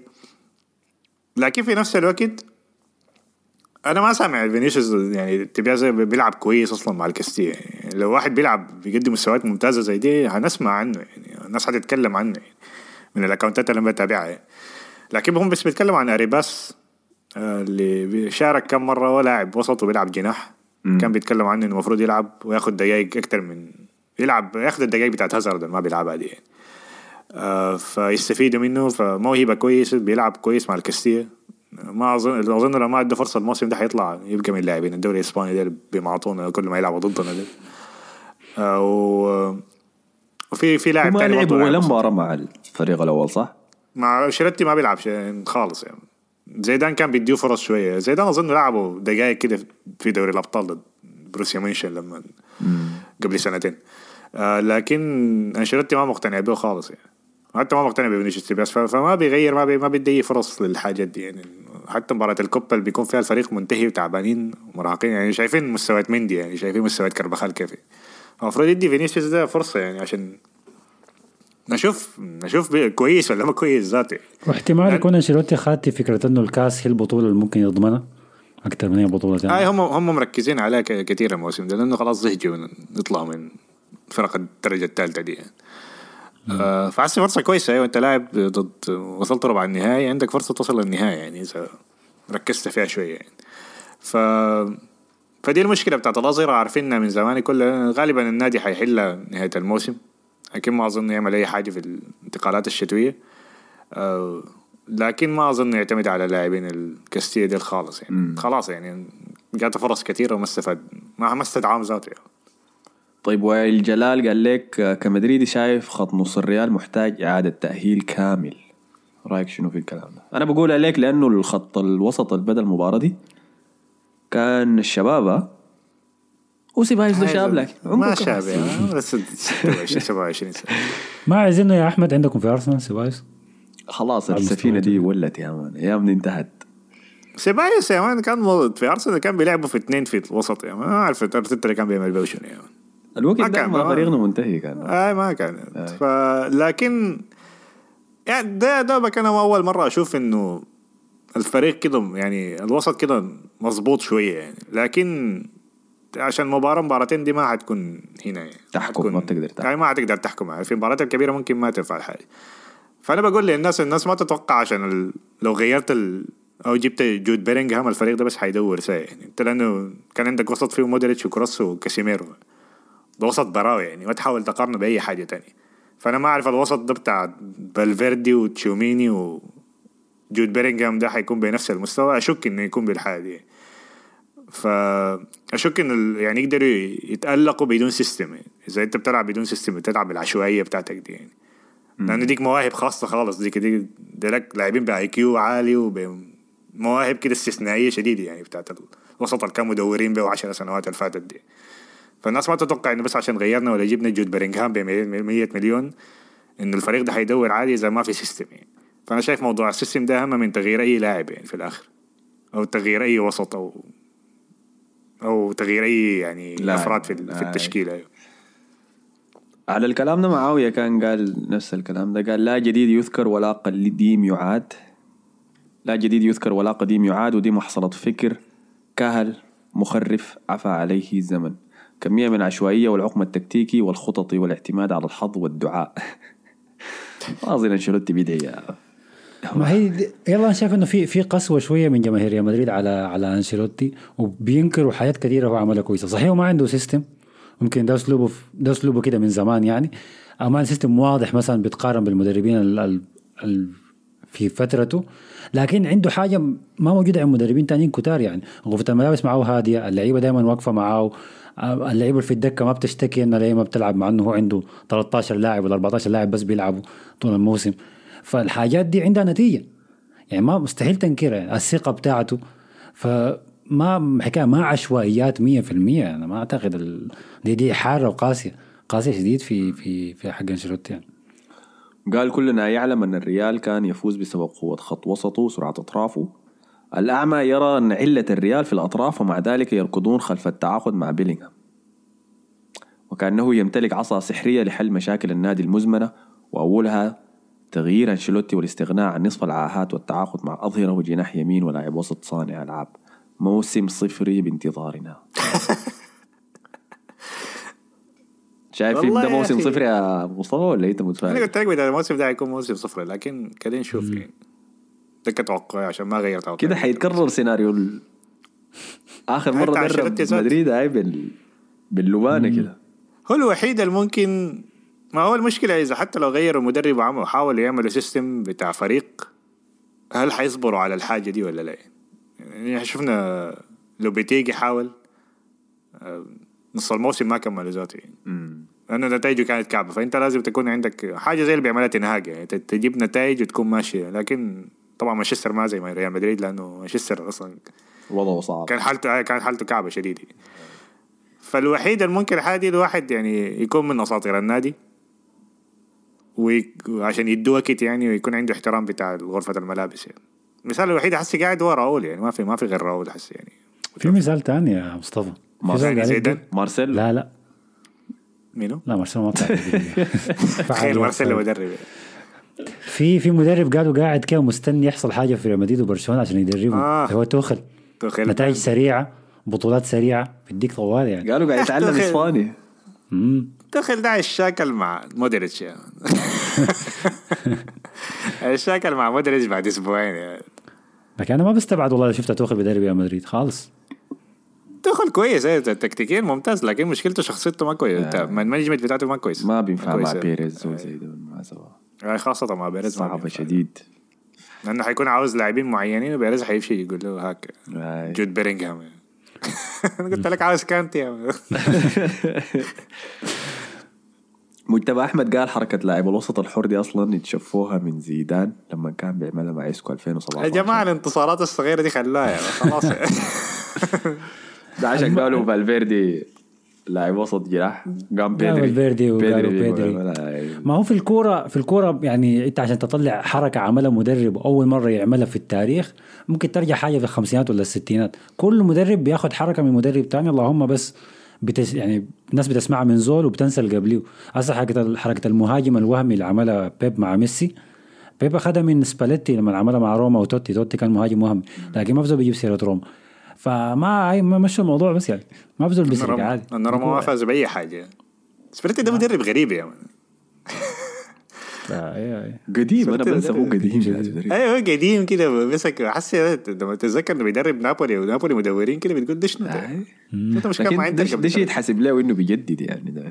لكن في نفس الوقت انا ما سامع فينيسيوس يعني تبياز بيلعب كويس اصلا مع الكاستيا. يعني لو واحد بيلعب بيقدم مستويات ممتازه زي دي هنسمع عنه، يعني الناس هتتكلم عنه يعني من الاكونتات اللي بتابعها يعني. لكن هم بس بيتكلموا عن اريباس اللي بيشارك كم مره ولاعب وسط وبيلعب جناح. م. كان بيتكلم عنه انه المفروض يلعب وياخد دقائق اكتر من يلعب ياخد الدقائق بتاعت هازارد ما بيلعبها دي يعني. آه فيستفيدوا منه، فموهبه كويس بيلعب كويس مع الكاستيا. ما اظن اظن لو ما عنده فرصه الموسم ده حيطلع يبقى من اللاعبين الدوري الاسباني ده بيمعطونا كل ما يلعبوا ضدنا ده. آه وفي في لاعب ثاني لعب ولا مباراه مع الفريق الاول صح؟ مع شيرتي ما بيلعب خالص يعني. زيدان كان بيديه فرص شويه. زيدان اظن لعبوا دقائق كده في دوري الابطال ضد بروسيا مونشن لما مم. قبل سنتين. آه لكن انشيلوتي ما مقتنع به خالص يعني، حتى ما مقتنع بفينيسيوس بس فما بيغير ما بي ما بيدي فرص للحاجات دي يعني. حتى مباراة الكوبا اللي بيكون فيها الفريق منتهي وتعبانين ومراهقين يعني شايفين مستويات مندي يعني شايفين مستويات كربخال كيف المفروض يدي فينيسيوس ده فرصة يعني عشان نشوف نشوف كويس ولا ما كويس ذاته. واحتمال يكون انشيلوتي خاطي فكرة انه الكاس هي البطولة اللي ممكن يضمنها اكتر من اي بطولة ثانية. آه هم هم مركزين عليها كثير الموسم ده لانه خلاص زهجوا نطلع من فرق الدرجة الثالثة دي يعني. آه فعسي فرصة كويسة أيوة أنت لاعب ضد وصلت ربع النهائي عندك فرصة توصل للنهاية يعني إذا ركزت فيها شوية يعني. ف فدي المشكلة بتاعت الأظهرة عارفينها من زمان كل غالبا النادي حيحلها نهاية الموسم لكن ما أظن يعمل أي حاجة في الانتقالات الشتوية. آه لكن ما أظن يعتمد على لاعبين الكاستية دي خالص يعني. م. خلاص يعني جات فرص كثيرة وما استفاد ما ما استدعام ذاته يعني. طيب وائل جلال قال لك كمدريدي شايف خط نص الريال محتاج إعادة تأهيل كامل، رأيك شنو في الكلام ده؟ أنا بقول عليك لأنه الخط الوسط البدل المباراة دي كان الشباب وسيبايوس ده شاب لكن ما شاب يعني بس سبعة وعشرين سنة. ما عايزينه يا أحمد عندكم في أرسنال سيبايوس؟ خلاص السفينة دي ولت يا مان يا من انتهت. سيبايوس يا مان كان في أرسنال كان بيلعبوا في اثنين في الوسط يا مان ما أعرف أرتيتا كان بيعمل بوشن يا مان الوقت ده ما فريقنا منتهي كان آه ما كان آه. ف... لكن يعني ده ده كان أول مرة أشوف إنه الفريق كده يعني الوسط كده مظبوط شوية يعني. لكن عشان مباراة مباراتين دي ما هتكون هنا يعني. تحكم ما بتقدر تحكم يعني ما هتقدر تحكم يعني. في مباريات الكبيرة ممكن ما تنفع الحاجة. فأنا بقول للناس الناس ما تتوقع عشان ال... لو غيرت ال... أو جبت جود بيرينغهام الفريق ده بس هيدور ساي يعني. أنت لأنه كان عندك وسط فيه مودريتش وكروس وكاسيميرو ده وسط براوي يعني ما تحاول تقارنه بأي حاجة تانية. فأنا ما أعرف الوسط ده بتاع بالفيردي وتشوميني وجود بيرينغهام ده هيكون بنفس المستوى. أشك إنه يكون بالحاجة دي. فأشك إنه يعني يقدروا يتألقوا بدون سيستم يعني. إذا أنت بتلعب بدون سيستم بتلعب بالعشوائية بتاعتك دي يعني. لأن ديك مواهب خاصة خالص ديك دي دلك لاعبين بآي كيو عالي وبمواهب كده استثنائية شديدة يعني بتاعت الوسط اللي كانوا مدورين به عشر سنوات الفاتت دي. فالناس ما تتوقع إنه بس عشان غيرنا ولا جبنا جود بيرينغهام بمية مليون إنه الفريق ده هيدور عادي إذا ما في سيستم يعني. فأنا شايف موضوع السيستم ده أهم من تغيير أي لاعب يعني في الآخر أو تغيير أي وسط أو أو تغيير أي يعني أفراد في, في التشكيلة أيوه. على الكلام ده معاوية كان قال نفس الكلام ده قال لا جديد يذكر ولا قديم يعاد لا جديد يذكر ولا قديم يعاد ودي محصلة فكر كهل مخرف عفى عليه الزمن. كمية من العشوائية والعقم التكتيكي والخططي والاعتماد على الحظ والدعاء. أظن أنشيلوتي بيدعي يا ما هي دي- يلا انا شايف انه في في قسوه شويه من جماهير ريال مدريد على على انشيلوتي، وبينكروا حاجات كثيره هو عملها كويسه. صحيح هو ما عنده سيستم، ممكن ده اسلوبه ده اسلوبه كده من زمان يعني، او ما عنده سيستم واضح مثلا بيتقارن بالمدربين ال ال ال في فترته، لكن عنده حاجه ما موجوده عند مدربين تانيين كتار يعني. غرفه الملابس معه هاديه، اللعيبه دائما واقفه معه، اللعيبه في الدكه ما بتشتكي ان اللعيبه ما بتلعب، مع انه هو عنده ثلاثة عشر لاعب ولا أربعة عشر لاعب بس بيلعبوا طول الموسم. فالحاجات دي عندها نتيجة يعني، ما مستحيل تنكرها يعني. الثقة بتاعته، فما حكاية ما عشوائيات مية في المية. أنا ما أعتقد ال... دي دي حارة وقاسية قاسية شديد في في في حق انشيلوتي يعني. قال كلنا يعلم أن الريال كان يفوز بسبب قوة خط وسطه وسرعة أطرافه. الأعمى يرى أن علة الريال في الأطراف، ومع ذلك يركضون خلف التعاقد مع بيلينغهام، وكأنه يمتلك عصا سحرية لحل مشاكل النادي المزمنة، وأولها تغيير أنشيلوتي والاستغناء عن نصف العاهات والتعاقد مع أظهرة وجناح يمين ولاعب وسط صانع ألعاب. موسم صفري بانتظارنا. شايف والله ده يا موسم أخي. صفري يا مصطفى ولا أنت انا متفائل؟ قلت لك بدأ الموسم ده هيكون موسم صفر، لكن كده نشوف يعني. ده كتوقع عشان ما غير توقع. كده حيتكرر سيناريو ال... آخر مرة بتاع درب أنشيلوتي ذات. مدريد هاي بال... باللبانة كده. هو الوحيد اللي ممكن، ما هو المشكلة إذا حتى لو غيروا المدرب وعملوا وحاولوا يعملوا سيستم بتاع فريق، هل حيصبروا على الحاجة دي ولا لا؟ يعني شفنا لو بتيجي حاول آه، نص الموسم ما كملوا ذاته يعني. لأنه نتائجه كانت كعبة، فأنت لازم تكون عندك حاجة زي اللي بيعملها تنهاج يعني، تجيب نتائج وتكون ماشية. لكن طبعا مانشستر ما زي ما ريال مدريد، لأنه مانشستر أصلا وضعه صعب. كان حالته كان حالته كعبة شديدة. فالوحيد الممكن حادي الواحد يعني يكون من أساطير النادي، وعشان يدوه وقت يعني، ويكون عنده احترام بتاع غرفة الملابس يعني. المثال الوحيد حسي قاعد هو راؤول يعني، ما في ما في غير راؤول حسي يعني. في مثال تاني يا مصطفى، في ما زول يعني قاعد زي ده؟ يقول- مارسيلو. لا لا مينو؟ لا مارسيلو ما بتاع تخيل مارسيلو مدرب. في في مدرب قالوا قاعد كده مستني يحصل حاجه في ريال مدريد وبرشلونه عشان يدربه، آه. هو توخل. توخيل نتائج سريعه، بطولات سريعه، بيديك طوال يعني. قالوا قاعد يتعلم أخي. إسباني. امم توخيل ده الشاكل مع مودريتش يعني. الشاكل مع مودريتش بعد اسبوعين يعني. لكن انا ما بستبعد والله لو شفت توخل بيدرب ريال مدريد خالص. توخيل كويس ايه تكتيكيا ممتاز، لكن مشكلته شخصيته ما كويس. المانجمنت بتاعته ما كويس، ما بينفع مع كويسة. بيريز وزي ده بالمناسبة. يعني خاصة مع بيريز ما صعبة بينفع. شديد. لأنه حيكون عاوز لاعبين معينين، وبيريز حيمشي يقول له هاك آي. جود بيرينغهام. أنا قلت لك عاوز كانتي يا مجتبى أحمد قال حركة لاعب الوسط الحر دي أصلا يتشفوها من زيدان لما كان بيعملها مع إسكو ألفين وسبعة عشر. يا جماعة الانتصارات الصغيرة دي خلاها يعني خلاص. ده عشان قالوا فالفيردي لاعب وسط جراح، قام بيدري فالفيردي وقالوا بيدري بيدري. بيقول- ما هو في الكوره في الكوره يعني انت عشان تطلع حركه عملها مدرب اول مره يعملها في التاريخ، ممكن ترجع حاجه في الخمسينات ولا الستينات. كل مدرب بياخد حركه من مدرب تاني، اللهم بس بتس يعني الناس بتسمعها من زول وبتنسى اللي قبليه. اصلا حركه حركه المهاجم الوهمي اللي عملها بيب مع ميسي، بيب اخذها من سباليتي لما عملها مع روما وتوتي. توتي كان مهاجم وهمي، لكن ما بزول بيجيب سيره روما. فما هي ما مشوا الموضوع بس يعني ما بزول بيسرق عادي. أنا روما ما فاز بأي حاجة. سبريتي ده مدرب غريب يا من. قديم. أنا بنسى هو قديم. ايوه قديم كده مسك. حسي لما تتذكر انه بيدرب نابولي ونابولي مدورين كده بتقول ده شنو ده؟ انت مش كان ما لكن عندك ده شيء يتحسب له انه بيجدد يعني. ده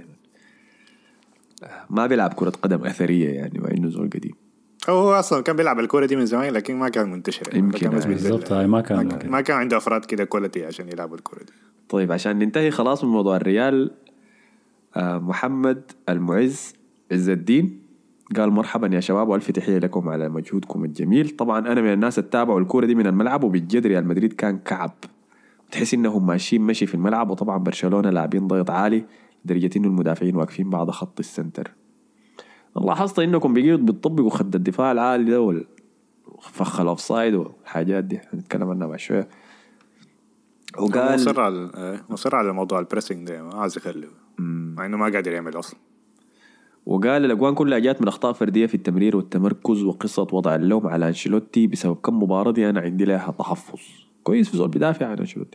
ما بيلعب كرة قدم أثرية يعني، مع انه زول قديم. هو اصلا كان بيلعب الكوره دي من زمان، لكن ما كان منتشر يعني. يمكن كان بس بينزل- بالضبط، هاي ما كان- ما, ما كان عنده افراد كده كواليتي عشان يلعبوا الكوره دي. طيب عشان ننتهي خلاص من موضوع الريال، آه محمد المعز عز الدين قال مرحبا يا شباب والف تحية لكم على مجهودكم الجميل. طبعا انا من الناس اللي تابعوا الكوره دي من الملعب، وبالجد ريال مدريد كان كعب، تحس انهم ماشيين مشي في الملعب. وطبعا برشلونة لاعبين ضغط عالي لدرجة انه المدافعين واقفين بعد خط السنتر. لاحظت انكم بقيتوا بتطبقوا خد الدفاع العالي ده والفخ الاوفسايد والحاجات دي، هنتكلم عنها بعد شويه. وقال مصر على آه، مصر على موضوع البريسنج ده، ما عايز يخليه مع انه ما قادر يعمل اصلا. وقال الاجوان كلها جات من اخطاء فرديه في التمرير والتمركز، وقصه وضع اللوم على انشيلوتي بسبب كم مباراه دي انا عندي لها تحفظ. كويس في زول بيدافع عن انشيلوتي،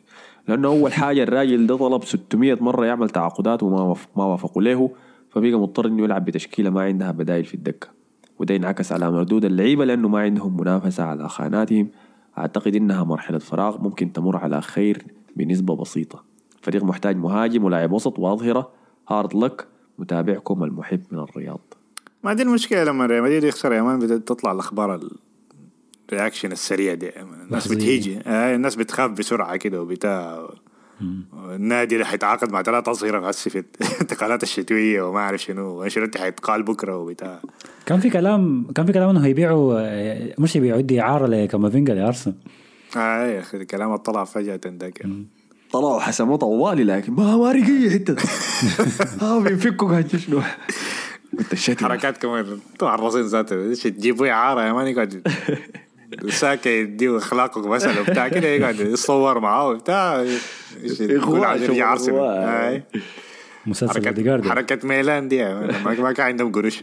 لانه اول حاجه الراجل ده طلب ستمية مره يعمل تعاقدات وما وف... ما وافقوا له، فبقى مضطر انه يلعب بتشكيله ما عندها بدائل في الدكه، وده ينعكس على مردود اللعيبه لانه ما عندهم منافسه على خاناتهم. اعتقد انها مرحله فراغ ممكن تمر على خير بنسبه بسيطه. فريق محتاج مهاجم ولاعب وسط واظهره. هارد لك، متابعكم المحب من الرياض. ما دي المشكله لما ريال مدريد يخسر يا مان بدأت تطلع الاخبار الرياكشن السريع دي، الناس بتهيجي آه الناس بتخاف بسرعه كده وبتاع. النادي اللي حيتعاقد مع ثلاثة أصغر غسي في الانتقالات الشتوية وما أعرف شنو، وانشيلوتي حيتقال بكرة وبتاع. كان في كلام كان في كلام إنه هيبيعوا، مش يبيعوا دي إعارة لكامافينجا لأرسنال. آه يا أخي الكلام طلع فجأة تندك. طلعوا حسموا طوالي لكن ما ما رقية حتة. ها بينفكوا قاعد شنو. حركات كمان تعرضين ذاته، إيش تجيبوا إعارة يا مان يقعد ساكت يديه أخلاقك مثلا وبتاع كده يقعد يصور معاه وبتاع. يقول يرجع أرسنال. مسلسل ديجارديان حركة ميلان دي ما كان عندهم قروش.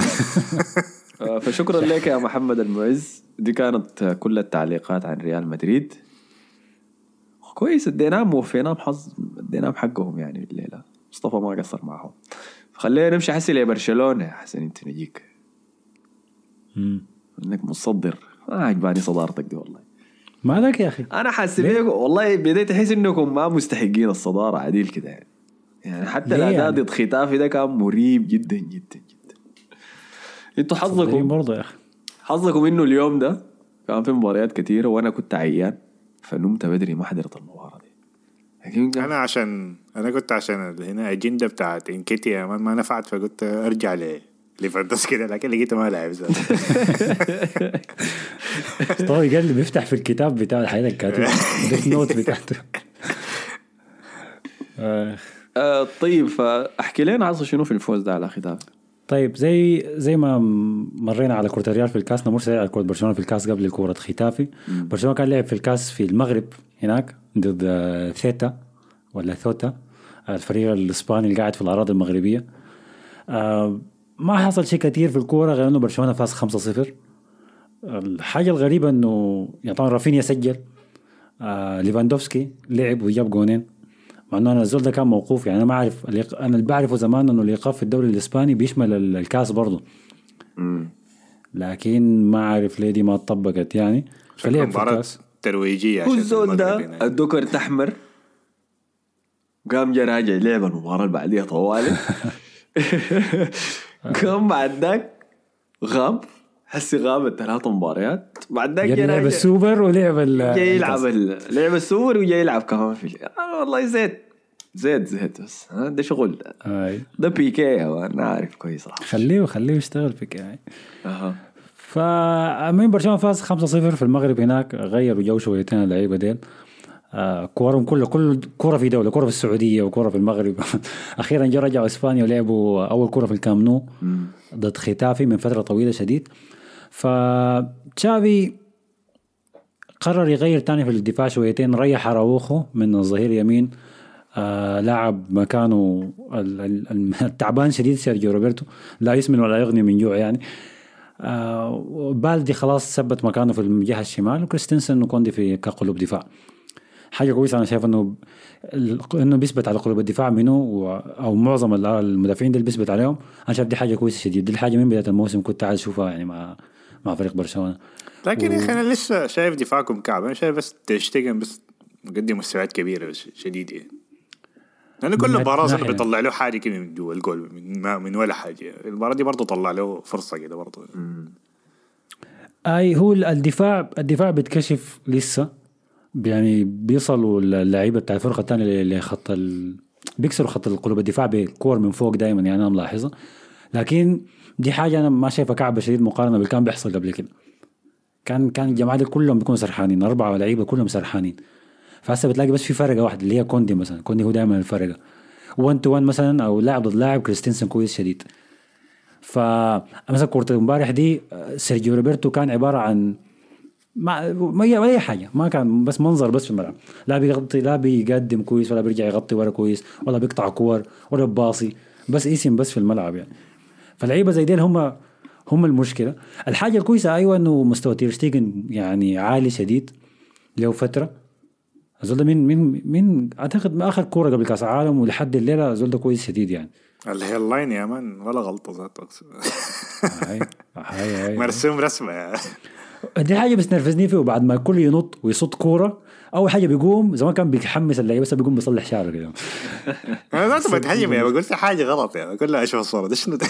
فشكرا لك يا محمد المعز. دي كانت كل التعليقات عن ريال مدريد. كويس اديناهم ووفيناهم حظ، اديناهم حقهم يعني الليلة. مصطفى ما قصر معهم. خلينا نمشي حسي لبرشلونة. حسن انت نجيك انك مصدر، ما عجباني صدارتك دي والله. ما لك يا اخي، انا حاسس بيكم والله بديت احس انكم ما مستحقين الصدارة عديل كده يعني. يعني حتى الاداء ضد ختافي ده كان مريب جدا جدا جدا. انتوا حظكم برضه يا اخي، حظكم انه اليوم ده كان في مباريات كتيرة وانا كنت عيان فنمت بدري ما حضرت المباراة دي. انا عشان انا كنت عشان هنا اجنده بتاعت انكيتيا ما, ما نفعت، فقلت ارجع ل لفردس كده، لكن لقيته ما لعب زي طيب قال لي بيفتح في الكتاب بتاع الحياة الكاتب ديث نوت بتاعته. آه طيب فاحكي لنا عصر شنو في الفوز ده على ختافي. طيب زي زي ما مرينا على كرة الريال في الكاس، نمر سريع على كرة برشلونة في الكاس قبل كرة ختافي. برشلونة كان لعب في الكاس في المغرب هناك ضد ثيتا ولا ثوتا، الفريق الإسباني اللي قاعد في الأراضي المغربية. آه ما حصل شيء كتير في الكورة غير إنه برشلونة فاز خمسة صفر. الحاجة الغريبة إنه يعني طبعا رافينيا سجل، آه ليفاندوفسكي لعب وجاب جونين، مع انه انا الزول ده كان موقوف. يعني انا ما اعرف، انا اللي بعرفه زمان انه الايقاف في الدوري الاسباني بيشمل الكاس برضه، لكن ما اعرف ليه دي ما اتطبقت يعني. فلعب في الكاس ترويجيه عشان الزول ده الدكر تحمر قام جا راجع لعب المباراه اللي بعديها طوالي. قام بعد ذاك غاب، حسي غاب الثلاث مباريات بعد ذاك جا لعب السوبر ولعب جاي يلعب لعب السوبر وجاي يلعب كمان في آه والله زيت زيت زيت بس ده شغل آه. ده بيكي وانا عارف كويس. خليه خليه يشتغل بيكي. اها فأمين برشلونة فاز خمسة صفر في المغرب هناك، غيروا جو شويتين اللعيبة ديل. آه كورهم كله كل كورة في دولة، كورة في السعودية وكورة في المغرب. أخيرا جا رجعوا إسبانيا ولعبوا أول كورة في الكامب نو ضد ختافي من فترة طويلة شديد. فتشافي قرر يغير تاني في الدفاع شويتين، ريح أراوخو من الظهير يمين، آه لاعب مكانه التعبان شديد سيرجيو روبرتو، لا يسمن ولا يغني من جوع يعني. آه بالدي خلاص ثبت مكانه في الجهة الشمال، وكريستنسن وكوندي في كقلوب دفاع. حاجة كويسة أنا شايف إنه إنه بيثبت على قلوب الدفاع منه، أو معظم المدافعين دي بيثبت عليهم. أنا شايف دي حاجة كويسة شديد، دي الحاجة من بداية الموسم كنت عايز أشوفها يعني مع مع فريق برشلونة. لكن يا أخي أنا لسه شايف دفاعكم كعب، أنا شايف بس تشتغل بس مقدم مستويات كبيرة بس شديدة يعني. لأن كل مباراة أظن بيطلع له حاجة كده من جوا الجول من ما من ولا حاجة. المباراة دي برضه طلع له فرصة كده برضه. أي هو الدفاع الدفاع بيتكشف لسه يعني، بيصلوا اللعيبة بتاع الفرقة الثانية اللي خط ال... بيكسروا خط القلوب الدفاع بكور من فوق دائما يعني، أنا ملاحظة. لكن دي حاجة أنا ما شايفها كعبة شديد مقارنة بالكان بيحصل قبل كده. كان كان الجماعة كلهم بيكونوا سرحانين، أربعة لعيبة كلهم سرحانين. فهسه بتلاقي بس في فرقة واحدة اللي هي كوندي مثلا، كوندي هو دائما الفرقة وان تو وان مثلا، أو لاعب ضد لاعب كريستنسن كويس شديد. فمثلا كرة امبارح دي سيرجيو روبرتو كان عبارة عن ما ما ولا أي حاجة، ما كان بس منظر بس في الملعب، لا بيغطي لا بيقدم كويس ولا بيرجع يغطي ورا كويس ولا بيقطع كور ولا باصي، بس اسم بس في الملعب يعني. فاللعيبة زي ديل هم هم المشكلة. الحاجة الكويسة أيوة إنه مستوى تير شتيجن يعني عالي شديد له فترة. الزول ده من من من اعتقد ما اخر كوره قبل كاس العالم ولحد الليله الزول ده كويس شديد يعني. اللي هي اللاين يا مان ولا غلطه ذات اقصد. هاي هاي هاي مرسوم رسمه يعني. دي حاجه بس نرفزني فيه. وبعد ما الكل ينط ويصد كوره اول حاجه بيقوم زمان كان بيحمس اللعيبه بس بيقوم بيصلح شعره كده. انا ذات بتهجم يا بقول في حاجه غلط يا بقول له اشوف الصوره ده شنو ده.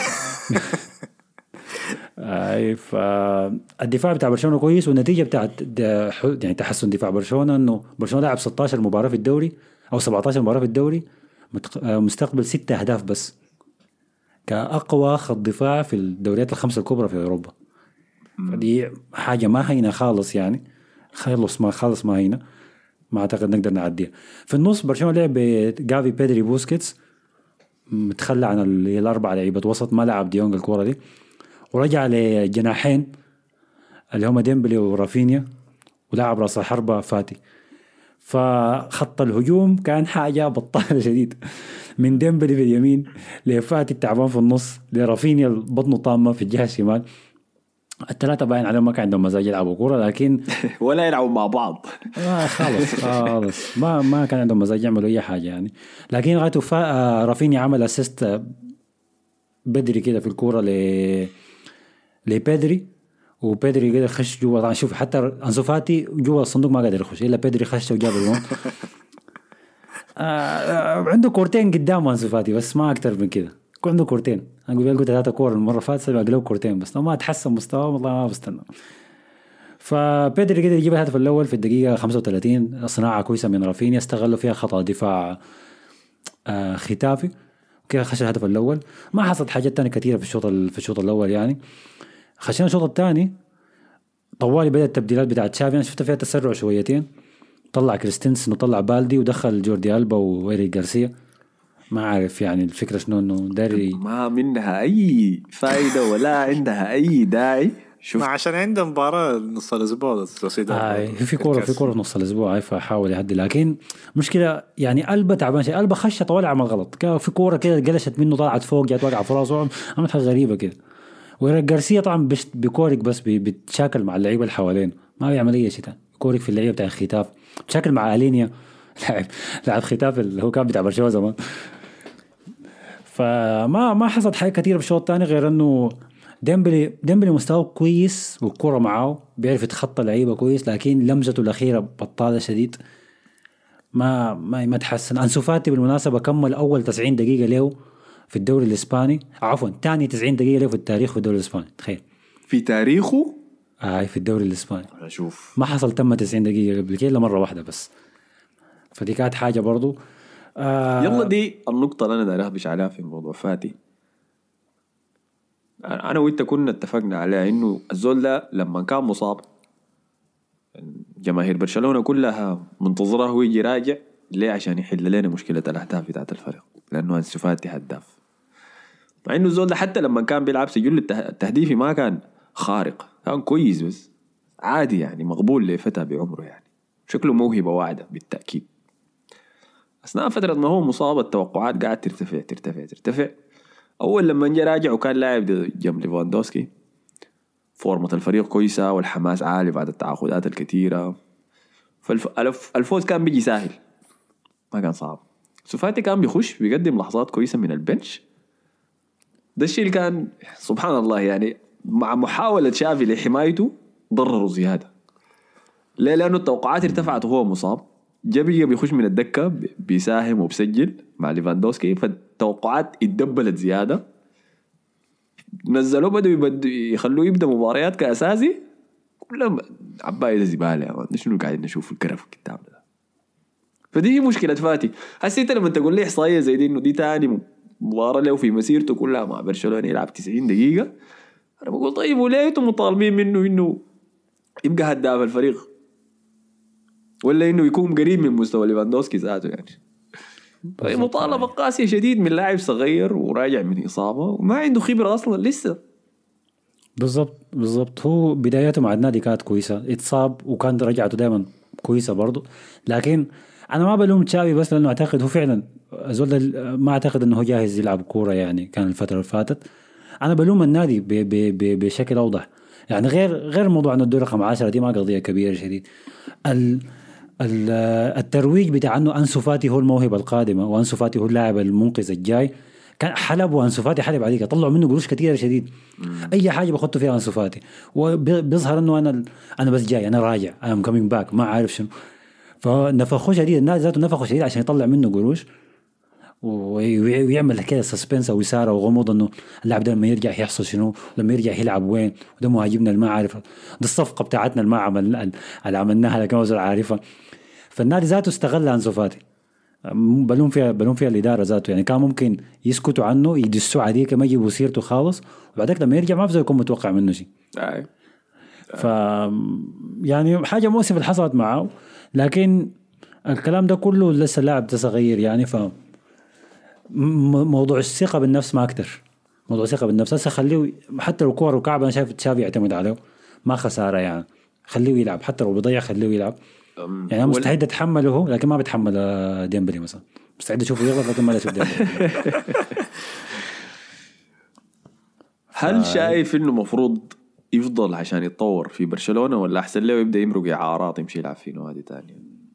اي فالدفاع بتاع برشلونه كويس. والنتيجه بتاعت يعني تحسن دفاع برشلونه انه برشلونه لعب ستة عشر مباراه في الدوري او سبعة عشر مباراه في الدوري مستقبل ستة اهداف بس كاقوى خط دفاع في الدوريات الخمسه الكبرى في اوروبا. فدي حاجه ما هينه خالص يعني. خلص ما خالص ما هينه. ما اعتقد نقدر نعديها. في النص برشلونه لعب جافي بيدري بوسكيتس متخلى عن الاربعه لعيبه وسط ما لعب ديونج الكوره دي ورجع لجناحين اللي هم ديمبلي ورافينيا ولعب راس الحربة فاتي. فخط الهجوم كان حاجة بطالة شديد من ديمبلي في اليمين لفاتي التعبان في النص لرافينيا بطنه طامة في الجهة الشمال. الثلاثة باين عليهم ما كان عندهم مزاج يلعبوا كورة لكن ولا يلعبوا مع بعض. آه خالص خالص ما ما كان عندهم مزاج يعملوا أي حاجة يعني. لكن غايته فا رافينيا عمل أسيست بدري كده في الكورة ل لبيدري وبيدري قدر خش جوا. طبعا شوف حتى أنسو فاتي جوا الصندوق ما قادر يخش إلا بيدري خش وجاب الجون. آه عنده كورتين قدامه أنسو فاتي بس ما أكتر من كده. كل عنده كورتين. أنا قلت ثلاثة كور المرة فاتت سبع قلب كورتين بس لو ما تحسن مستواه والله ما بستنى. فبيدري قدر يجيب الهدف الأول في الدقيقة خمسة وثلاثين. صناعة كويسة من رافينيا استغلوا فيها خطأ دفاع آه ختافي كده خش الهدف الأول. ما حصلت حاجات تانية كثيرة في الشوط في الشوط الأول يعني. خشينا الشوط الثاني طوالي بدأت التبديلات بتاعت تشافي. أنا شفت فيها تسرع شويتين. طلع كريستنسن وطلع بالدي ودخل جوردي ألبا وإيريك غارسيا. ما عارف يعني الفكرة شنو إنه داري ما منها أي فائدة ولا عندها أي داعي. شوف عشان عنده مباراة نص الأسبوع آه في كورة في كورة نص الأسبوع هاي فحاول يهدي. لكن مشكلة يعني ألبا تعبان شيء. ألبا خش طوالي عمل غلط كان في كورة كده قلشت منه طلعت فوق جات واقعة في راسه عملت حاجة غريبة كده. وإيريك غارسيا طبعا بيكورك بس بيتشاكل مع اللعيبة اللي حوالين ما بيعمل أي شيء تاني. بيكورك في اللعيبة بتاع الختاف بيتشاكل مع ألينيا لاعب لاعب ختاف اللي هو كان بتاع برشلونة زمان. فما ما حصلت حاجة كثيرة في الشوط الثاني غير إنه ديمبلي ديمبلي مستواه كويس والكرة معاه بيعرف يتخطى لعيبة كويس لكن لمسته الأخيرة بطالة شديد ما ما ما تحسن. أنسو فاتي بالمناسبة كمل أول تسعين دقيقة له في الدوري الإسباني عفوا ثاني تسعين دقيقة له في التاريخ في الدوري الإسباني. تخيل في تاريخه آه في الدوري الإسباني أشوف ما حصل تم تسعين دقيقة قبل كده إلا مرة واحدة بس. فدي كانت حاجة برضو آه يلا دي النقطة اللي أنا داير أخبش عليها في موضوع فاتي. أنا وإنت كنا اتفقنا عليها إنه الزول ده لما كان مصاب جماهير برشلونة كلها منتظره هو يجي راجع ليه عشان يحل لنا مشكلة الأهداف بتاعت الفريق لأنه أنسو فاتي هداف. مع إنه الزول ده حتى لما كان بيلعب سجل التهديفي ما كان خارق كان كويس بس عادي يعني مقبول لفتى بعمره يعني شكله موهبة واعدة بالتأكيد. أثناء فترة ما هو مصاب التوقعات قاعد ترتفع ترتفع ترتفع. أول لما جاء راجع وكان لاعب جنب ليفاندوسكي فورمة الفريق كويسة والحماس عالي بعد التعاقدات الكثيرة فالفوز كان بيجي سهل ما كان صعب. سوفاتي كان بيخش بيقدم لحظات كويسة من البنش. ده الشيء اللي كان سبحان الله يعني مع محاولة شافي لحمايته ضرروا زيادة. ليه؟ لأنه التوقعات ارتفعت وهو مصاب جابي بيخش من الدكة بيساهم وبسجل مع ليفاندوسكي فالتوقعات اتدبلت زيادة. نزلوه بدوا يخلوه يبدأ مباريات كأساسي كلهم عباية زبالة يعني شنو قاعدين نشوف الكرف الكتاب ده. فدي مشكلة فاتي. حسيت لما تقول لي إحصائية زي دي إنه دي تاني مباراة له في مسيرته كلها مع برشلونة يلعب تسعين دقيقة. أنا بقول طيب وليه أنتم مطالبين منه إنه يبقى هداف الفريق ولا إنه يكون قريب من مستوى ليفاندوسكي ذاته يعني. طيب مطالبة قاسية شديد من لاعب صغير وراجع من إصابة وما عنده خبرة أصلا لسه. بالضبط بالضبط. هو بداياته مع النادي كانت كويسة اتصاب وكان رجعته دائما كويسة برضو. لكن أنا ما بلوم تشافي بس لأنه أعتقد هو فعلا زول ما أعتقد أنه جاهز يلعب كورة يعني كان الفترة اللي فاتت. أنا بلوم النادي ب ب ب بشكل أوضح يعني غير غير موضوع أن الدور رقم عشرة دي ما قضية كبيرة شديد. الترويج بتاع انه انسو فاتي هو الموهبه القادمه وانسو فاتي هو اللاعب المنقذ الجاي كان حلب، وانسو فاتي حلب عليك، طلعوا منه قروش كثيره شديد. اي حاجه بخطوا فيها انسو فاتي وبيظهر انه انا انا بس جاي، انا راجع، انا ام كامينج باك، ما عارف شنو. فنفخوا شديد، الناس ذاته نفخوا شديد عشان يطلع منه قروش ويعمل كده سسبنس او اثاره وغموض انه اللاعب ده لما يرجع يحصل شنو، لما يرجع يلعب وين، وده مهاجمنا اللي ما عارف، دي الصفقه بتاعتنا اللي ما عمل اللي عملناها لكن وزر عارفها. فالنادي ذاته استغل انسو فاتي، بلوم فيها بلوم فيها الاداره ذاته، يعني كان ممكن يسكتوا عنه يدسوا عليه كما يجيبوا سيرته خالص، وبعدك لما يرجع ما بزي يكون متوقع منه شيء. ف يعني حاجه مؤسفه اللي حصلت معه، لكن الكلام ده كله لسه لاعب صغير يعني. ف موضوع الثقه بالنفس ما اكتر، موضوع الثقه بالنفس هسه خليه، حتى لو كوره وكعب انا شايف تشافي يعتمد عليه ما خساره يعني، خليه يلعب حتى لو بيضيع خليه يلعب. يعني انا مستعد اتحمله هو لكن ما بتحمل ديمبلي مثلا، مستعد اشوفه يغلط لكن ما اشوف ديمبلي. هل شايف انه مفروض يفضل عشان يتطور في برشلونه، ولا احسن له يبدا يمرق اعارات يمشي يلعب في نوادي ثانيه؟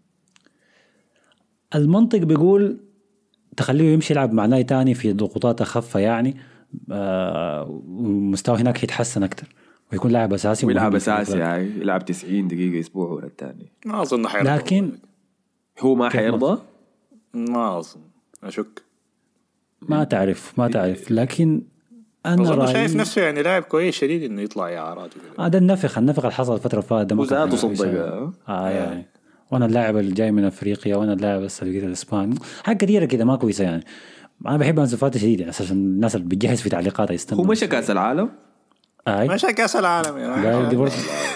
المنطق بيقول تخليه يمشي يلعب مع نادي تاني في ضغوطات اخف يعني، آه ومستوى هناك يتحسن اكتر ويكون لاعب اساسي ويلعب اساسي يعني يلعب تسعين دقيقه اسبوع ولا الثاني. ما اظن حيرضى، لكن هو ما حيرضى، ما اظن، اشك ما تعرف ما تعرف لكن انا رأيي شايف نفسه يعني لاعب كويس شديد انه يطلع اعارات وكذا. هذا النفخ النفخ اللي حصل الفتره اللي فاتت وذاته صدق اه يعني، وانا اللاعب اللي جاي من افريقيا وانا اللاعب السلبي الاسباني، حاجه كثيره كده ما كويسه يعني. انا بحب انسو فاتي شديد يعني، اساسا الناس اللي بتجهز في تعليقاتها يستنوا. هو مشى كاس العالم اي مشى كاس العالم يعني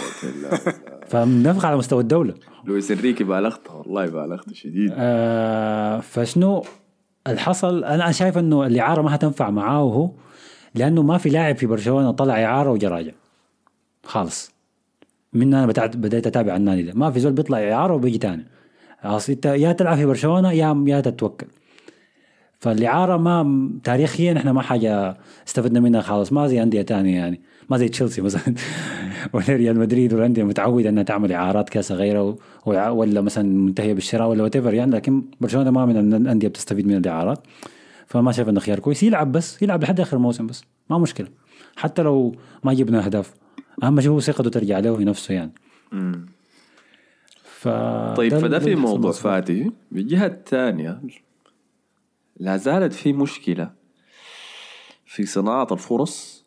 فنفخ على مستوى الدوله. لويس انريكي بالغته والله بالغته شديد. آه فشنو الحصل؟ انا شايف انه الاعاره ما هتنفع معاه هو، لانه ما في لاعب في برشلونه طلع اعاره وجراجع خالص. من انا بديت اتابع النادي ده ما في زول بيطلع اعاره وبيجي تاني، اصل انت يا تلعب في برشلونه يا يا تتوكل. فالاعاره ما تاريخيا احنا ما حاجه استفدنا منها خالص، ما زي انديه تانية يعني، ما زي تشيلسي مثلا ولا ريال مدريد والانديه متعوده انها تعمل اعارات كاسه غيره ولا مثلا منتهيه بالشراء ولا وات يعني. لكن برشلونه ما من الانديه بتستفيد من الاعارات، فما شايف انه خيار كويس. يلعب بس يلعب لحد اخر الموسم بس ما مشكله، حتى لو ما جبنا اهداف اهم شيء هو ثقته ترجع له في نفسه يعني. امم ف طيب فده في موضوع فاتي. بالجهه الثانيه لا زالت في مشكله في صناعه الفرص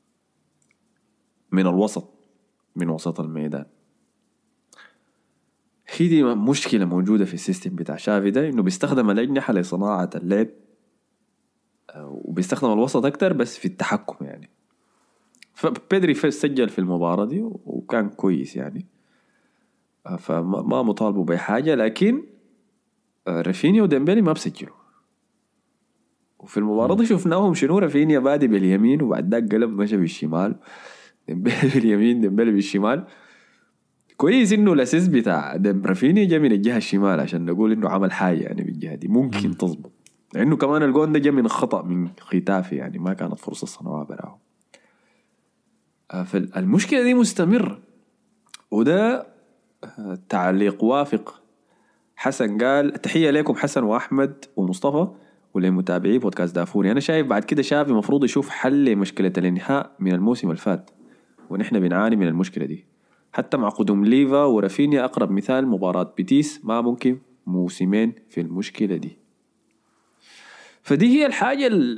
من الوسط، من وسط الميدان. هي دي مشكله موجوده في السيستم بتاع شافي ده، انه بيستخدم الاجنحه لصناعه اللعب وبيستخدم الوسط اكتر بس في التحكم يعني. فبيدري سجل في المباراة دي وكان كويس يعني، فما مطالبه بأي حاجة، لكن رافينيا وديمبلي ما بسجلوا. وفي المباراة دي شفناهم شنو، رافينيا بادي باليمين وبعد ذاك قلب مشى بالشمال، ديمبلي باليمين ديمبلي بالشمال. كويس انه الاسيس بتاع رافينيا جاء من الجهة الشمال عشان نقول انه عمل حاجة يعني بالجهة دي ممكن تظبط، لانه كمان الجون ده جاء من خطأ من ختافي يعني، ما كانت فرصة صنعها براهم. فالمشكلة دي مستمر. وده تعليق وافق حسن قال تحية لكم حسن وأحمد ومصطفى ولمتابعي بودكاست دافوري. أنا شايف بعد كده شافي مفروض يشوف حل لمشكلة الانهاء من الموسم الفات، ونحن بنعاني من المشكلة دي حتى مع قدوم ليفا ورافينيا. أقرب مثال مباراة بيتيس، ما ممكن موسمين في المشكلة دي. فدي هي الحاجة ال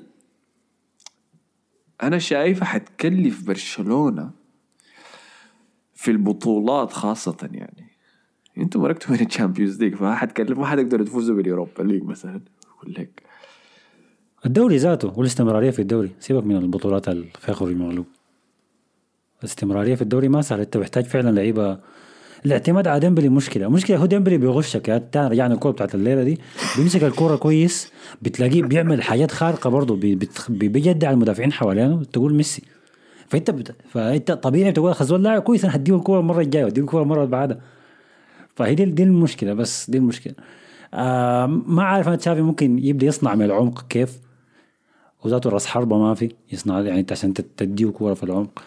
أنا شايفها حتكلف برشلونة في البطولات خاصة يعني. أنتم مركتوا من الشامبيونز ليج، فما حتكلف، ما حتقدروا تفوزوا باليوروبا ليج مثلا. أقول لك الدوري ذاته والاستمرارية في الدوري، سيبك من البطولات الفاخر المغلوب. الاستمرارية في الدوري ما سهل، أنت محتاج فعلا لعيبة. الاعتماد على ديمبلي مشكلة مشكلة هو ديمبلي بيغشك يا تاني. رجعنا الكورة بتاعت الليلة دي، بيمسك الكورة كويس، بتلاقيه بيعمل حاجات خارقة برضو، بيجدع المدافعين حوالينه، تقول ميسي. فانت بت... فانت طبيعي تقول خزول لاعب كويس، انا هديه الكورة المرة الجاية واديه الكورة المرة اللي بعدها. فهي دي, دي المشكلة، بس دي المشكلة. آه ما عارف انا تشافي ممكن يبدأ يصنع من العمق كيف، وذاته راس حربة ما في يصنع يعني عشان تديه كورة في العمق.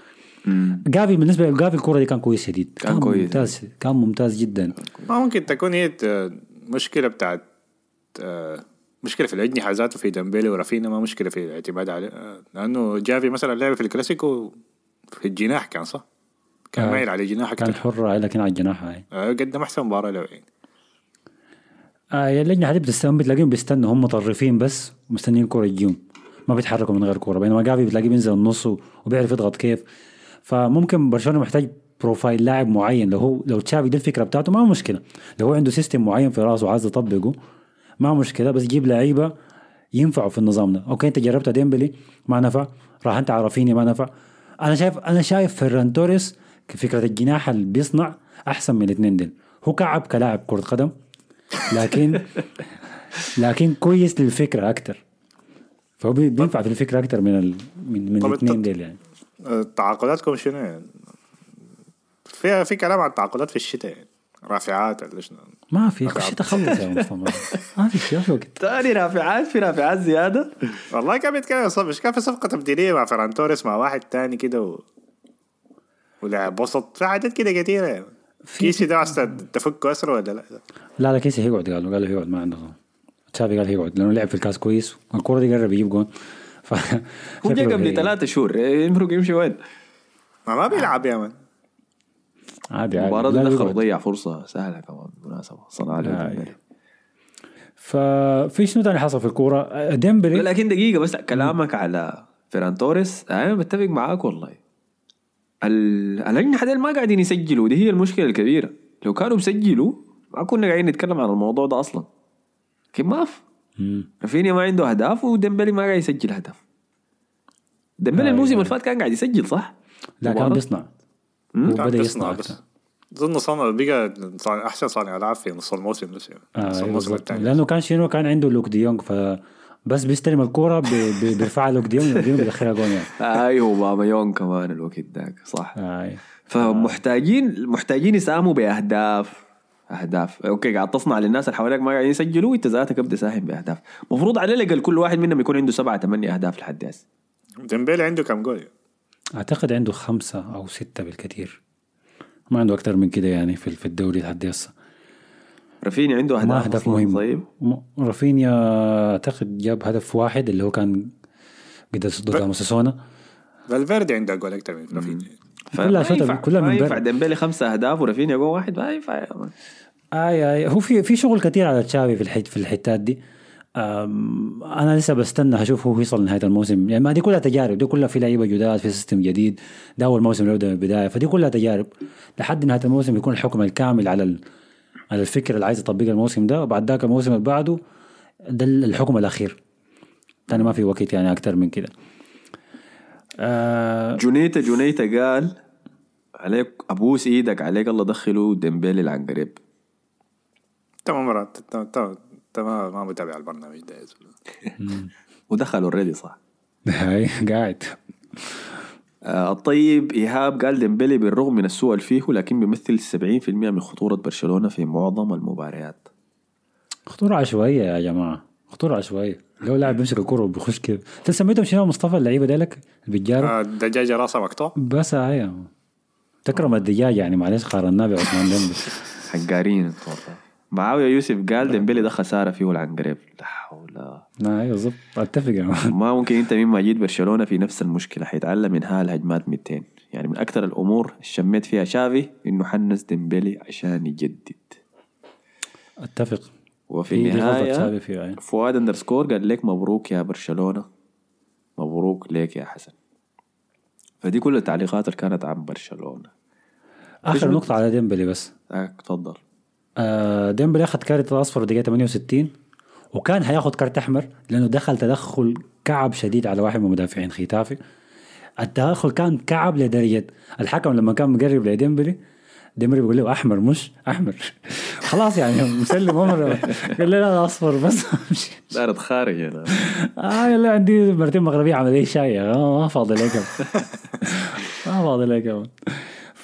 جافي بالنسبه لجافي الكوره دي كان كويس شديد، كان كان كويس. ممتاز، كان ممتاز جدا. ما ممكن تكون هي مشكلة بتاعت مشكلة في الأجنحة ذاته في ديمبلي ورافينا، ما مشكلة في الاعتماد عليه، لأنه جافي مثلا لعب في الكلاسيكو في الجناح كان صح، كان آه. مايل على الجناح كان أكتر، حر لكن على الجناح هاي آه قدم أحسن مباراة له يعني. آه يا اللجنه دي بتستنى، بتلاقيهم بيستنوا هم مطرفين بس مستنيين الكوره تجيهم، ما بيتحركوا من غير كوره، بينما جافي بتلاقيه بينزل النص وبيعرف يضغط كيف. فممكن برشلونه محتاج بروفايل لاعب معين، لو هو لو تشافي دي الفكره بتاعته ما مشكله، لو هو عنده سيستم معين في راسه وعايز يطبقه ما مشكله، بس جيب لعيبه ينفعوا في النظام ده. اوكي انت جربت ديمبلي ما نفع، راح انت عارفيني ما نفع. انا شايف انا شايف فيران توريس فكره الجناح اللي بيصنع احسن من الاثنين دول. هو كعب كلاعب كره قدم لكن لكن كويس للفكره اكتر، فهو بينفع في الفكره اكتر من ال... من من الاثنين دول يعني. تعاقداتكم شنو يعني؟ في في كلام عن التعاقدات في الشتاء يعني. رافعات ولا شنو؟ ما في الشتاء خلص يا مصطفى، ما في شيء وقت تاني رافعات، في رافعات زياده. والله كان بيتكلم صح، مش كان في صفقه تبديليه مع فران توريس مع واحد تاني كده و... ولعب وسط، في حاجات كده كتيره يعني. كيسي ده عشان تفك اسره ولا لا؟ لا لا كيسي هيقعد، قالوا قالوا هيقعد ما عنده. تشافي قال هيقعد لانه لعب في الكاس كويس، الكوره دي قرب يجيب جون. ف هو جا قبل ثلاثة شهور يمرق يمشي وين؟ ما ما بيلعب يا من. عادي عادي. المباراة دي دخل وضيع فرصة سهلة كمان بالمناسبة صنع له. ففي شنو تاني حصل في الكورة؟ ديمبلي. لكن دقيقة بس كلامك على فيران توريس أنا بتفق معاك والله. الأجنحة ديل ما قاعدين يسجلوا، دي هي المشكلة الكبيرة. لو كانوا بيسجلوا ما كنا قاعدين نتكلم عن الموضوع ده أصلا. كيف ما في رافينيا ما عنده أهداف وديمبلي ما قاعد يسجل هدف. ديمبلي الموسم اللي فات كان قاعد يسجل صح؟ لا كان بيصنع، وبدأ يصنع أكتر. ظن صنع بقى أحسن صانع ألعاب في نص الموسم بس يعني. آه الموسم الثاني لأنه كان شنو كان عنده لوك ديونج، فبس بيستلم الكورة بيرفع لوك ديونج وبيدخلها جون يعني. أيوه بابا يون كمان الوقت ذاك صح. آه. فمحتاجين محتاجين يساهموا بأهداف. أهداف أوكي قاعد تصنع للناس اللي حواليك ما قاعدين يسجلوا، وأنت ذاتك ابدأ ساهم بأهداف. مفروض على الأقل كل واحد منهم يكون عنده سبعة ثمانية أهداف لحد هسه. ديمبلي عنده كم جول؟ أعتقد عنده خمسة أو ستة بالكثير، ما عنده أكتر من كده يعني في في الدوري لحد هسه. رافينيا عنده أهداف, أهداف مهم. طيب رافينيا أعتقد جاب هدف واحد اللي هو كان قد ضد موساسونا. فالفيردي عنده جول أكتر من رافينيا. كلها شوطة كلها من ينفع ديمبلي خمسة أهداف ورافينيا جول واحد ما ينفع يا مان. آي آي هو في في شغل كتير على تشافي في الحت في الحتات دي. أنا لسه بستنى هشوف هو يوصل لنهاية الموسم يعني. ما دي كلها تجارب، دي كلها في لعيبة جداد في سيستم جديد، ده أول موسم له من البداية، فدي كلها تجارب لحد نهاية الموسم يكون الحكم الكامل على ال... على الفكرة اللي عايز يطبقها الموسم ده، وبعد ذاك الموسم اللي بعده ده الحكم الأخير. تاني ما في وقت يعني أكتر من كده. آه جونيتا جونيتا قال عليك أبوس إيدك عليك الله دخلوا ديمبلي العنقريب. تمام مرات تمام تمام ما متابع البرنامج ده ودخل اوريدي صح. هاي قاعد. آه الطيب إيهاب قال ديمبلي بالرغم من السوء اللي فيه لكن بيمثل سبعين في المية من خطورة برشلونة في معظم المباريات. خطورة عشوائية يا جماعة، خطورة عشوائية. لو لاعب بيمسك الكرة وبيخش كيف. انت سميتهم شنو مصطفى اللعيبة ديلك البجارة؟ آه دجاجة راسها مقطوع. بس هاي تكرم الدجاج يعني معلش قارناه بعثمان ديمبلي. حقارين انتوا. معاوية يوسف قال ديمبلي ده خسارة فيه العنقريب. لا حول. لا ايوه بالضبط اتفق يعني. ما ممكن انت مما جيت برشلونة في نفس المشكلة، حيتعلم من ها الهجمات مئتين. يعني من اكثر الامور شميت فيها شافي انه حنس ديمبلي عشان يجدد. اتفق. وفي النهاية فؤاد اندرسكور قال لك مبروك يا برشلونة، مبروك ليك يا حسن. فدي كل التعليقات اللي كانت عن برشلونة. اخر نقطة على ديمبلي بس. اه تفضل. آه ديمبلي اخذ كارت اصفر دقيقة ثمانية وستين، وكان هياخد كارت احمر لانه دخل تدخل كعب شديد على واحد من مدافعين ختافي. التدخل كان كعب لدرجة الحكم لما كان مقرب لديمبلي ديمبلي بيقول له احمر مش احمر. خلاص يعني مسلم عمره. قال له لا اصفر بس. دارت خارج انا. اه يلا عندي مرتين مغربية عملية شاي ما فاضي لك. ما فاضي لك.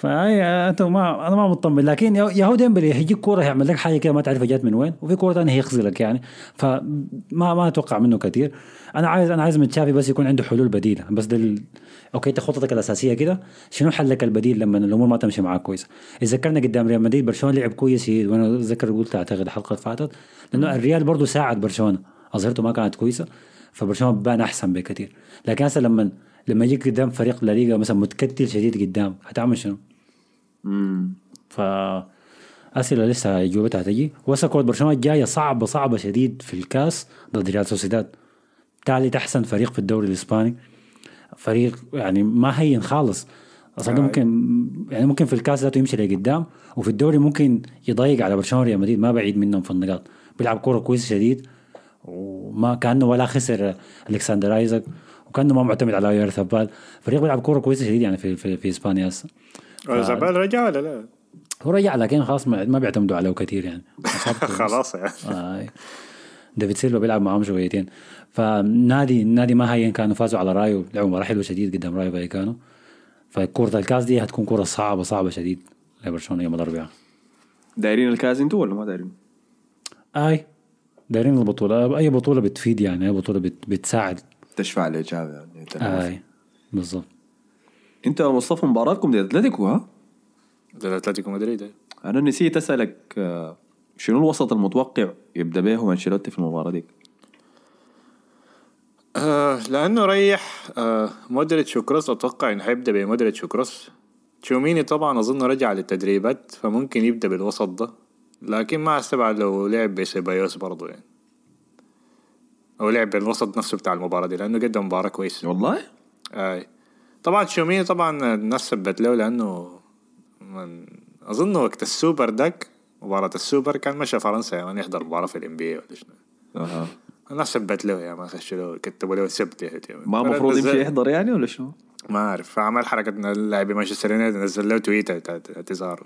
فهي انت ما انا ما مطمن، لكن يا هو ديمبلي هيجيك كوره يعمل لك حاجه كده ما تعرف جات من وين، وفي كوره ثانيه هيخزلك يعني، فما ما اتوقع منه كثير. انا عايز انا عايز من تشافي بس يكون عنده حلول بديله بس دل... اوكي انت خطتك الاساسيه كده، شنو حلك البديل لما الامور ما تمشي معاك كويس؟ ذكرنا قدام ريال مدريد برشلونه لعب كويس، وانا ذكر قلت اعتقد الحلقه اللي فاتت، لانه الريال برضه ساعد برشلونه، اظهرته ما كانت كويسه فبرشلونه بان احسن بكثير. لكن هسه لما لما يجيك قدام فريق لا ليغا مثلا متكتل شديد قدام هتعمل شنو؟ امم فأسئلة لسه اجوبتها هتجي. وهسه كوره برشلونه الجايه صعبه صعبه شديد في الكاس ضد ريال سوسيداد، ثالث احسن فريق في الدوري الاسباني، فريق يعني ما هين خالص اصلا. ممكن يعني ممكن في الكاس ذاته يمشي لقدام، وفي الدوري ممكن يضيق على برشلونه ريال مدريد، ما بعيد منهم في النقاط. بيلعب كوره كويس شديد، وما كانه ولا خسر الكسندر ايزاك، وكانه ما معتمد على يار ثبال. فريق بيلعب كوره كويسه شديد يعني في في, في اسبانيا هسه. ثبال رجع ولا لا؟ هو رجع لكن خلاص ما, ما بيعتمدوا عليه كثير يعني. خلاص يعني. آه. ديفيد سيلفا بيلعب معهم شويتين. فنادي النادي ما هين كانوا فازوا على رايو، لعبوا مباراه حلوه شديد قدام رايو فايكانو. فكره الكاس دي هتكون كره صعبه صعبه شديد لبرشلونه يوم الاربعاء. دايرين الكاس انتوا ولا ما دايرين؟ اي دايرين البطوله، اي بطوله بتفيد يعني، اي بطوله بت بتساعد تشفع لإجابة يعني. اي بالضبط. انت مصطفى مباراتكم ضد اتلتيكو ها؟ ضد اتلتيكو مدريد. انا نسيت اسالك شنو الوسط المتوقع يبدا به انشيلوتي في المباراه دي؟ آه لانه ريح آه مودريتش وكروس، اتوقع انه حيبدا بمودريتش وكروس. تشوميني طبعا اظن رجع للتدريبات فممكن يبدا بالوسط ده، لكن ما استبعد لو لعب بسيبايوس برضو يعني، او لعب بالوسط نفسه بتاع المباراه دي لانه قدم مباراه كويس والله. اي طبعا تشوميني طبعا الناس ثبت له، لانه من اظن وقت السوبر داك مباراه السوبر كان مشى فرنسا يعني يحضر مباراه في الام بي ولا شنو. اها الناس ثبت له يعني، ما خش له كتبوا له سبت يعني. ما المفروض يمشي يحضر يعني ولا شنو؟ ما اعرف. فعمل حركه اللاعب مانشستر يونايتد نزل له تويتر اعتذار.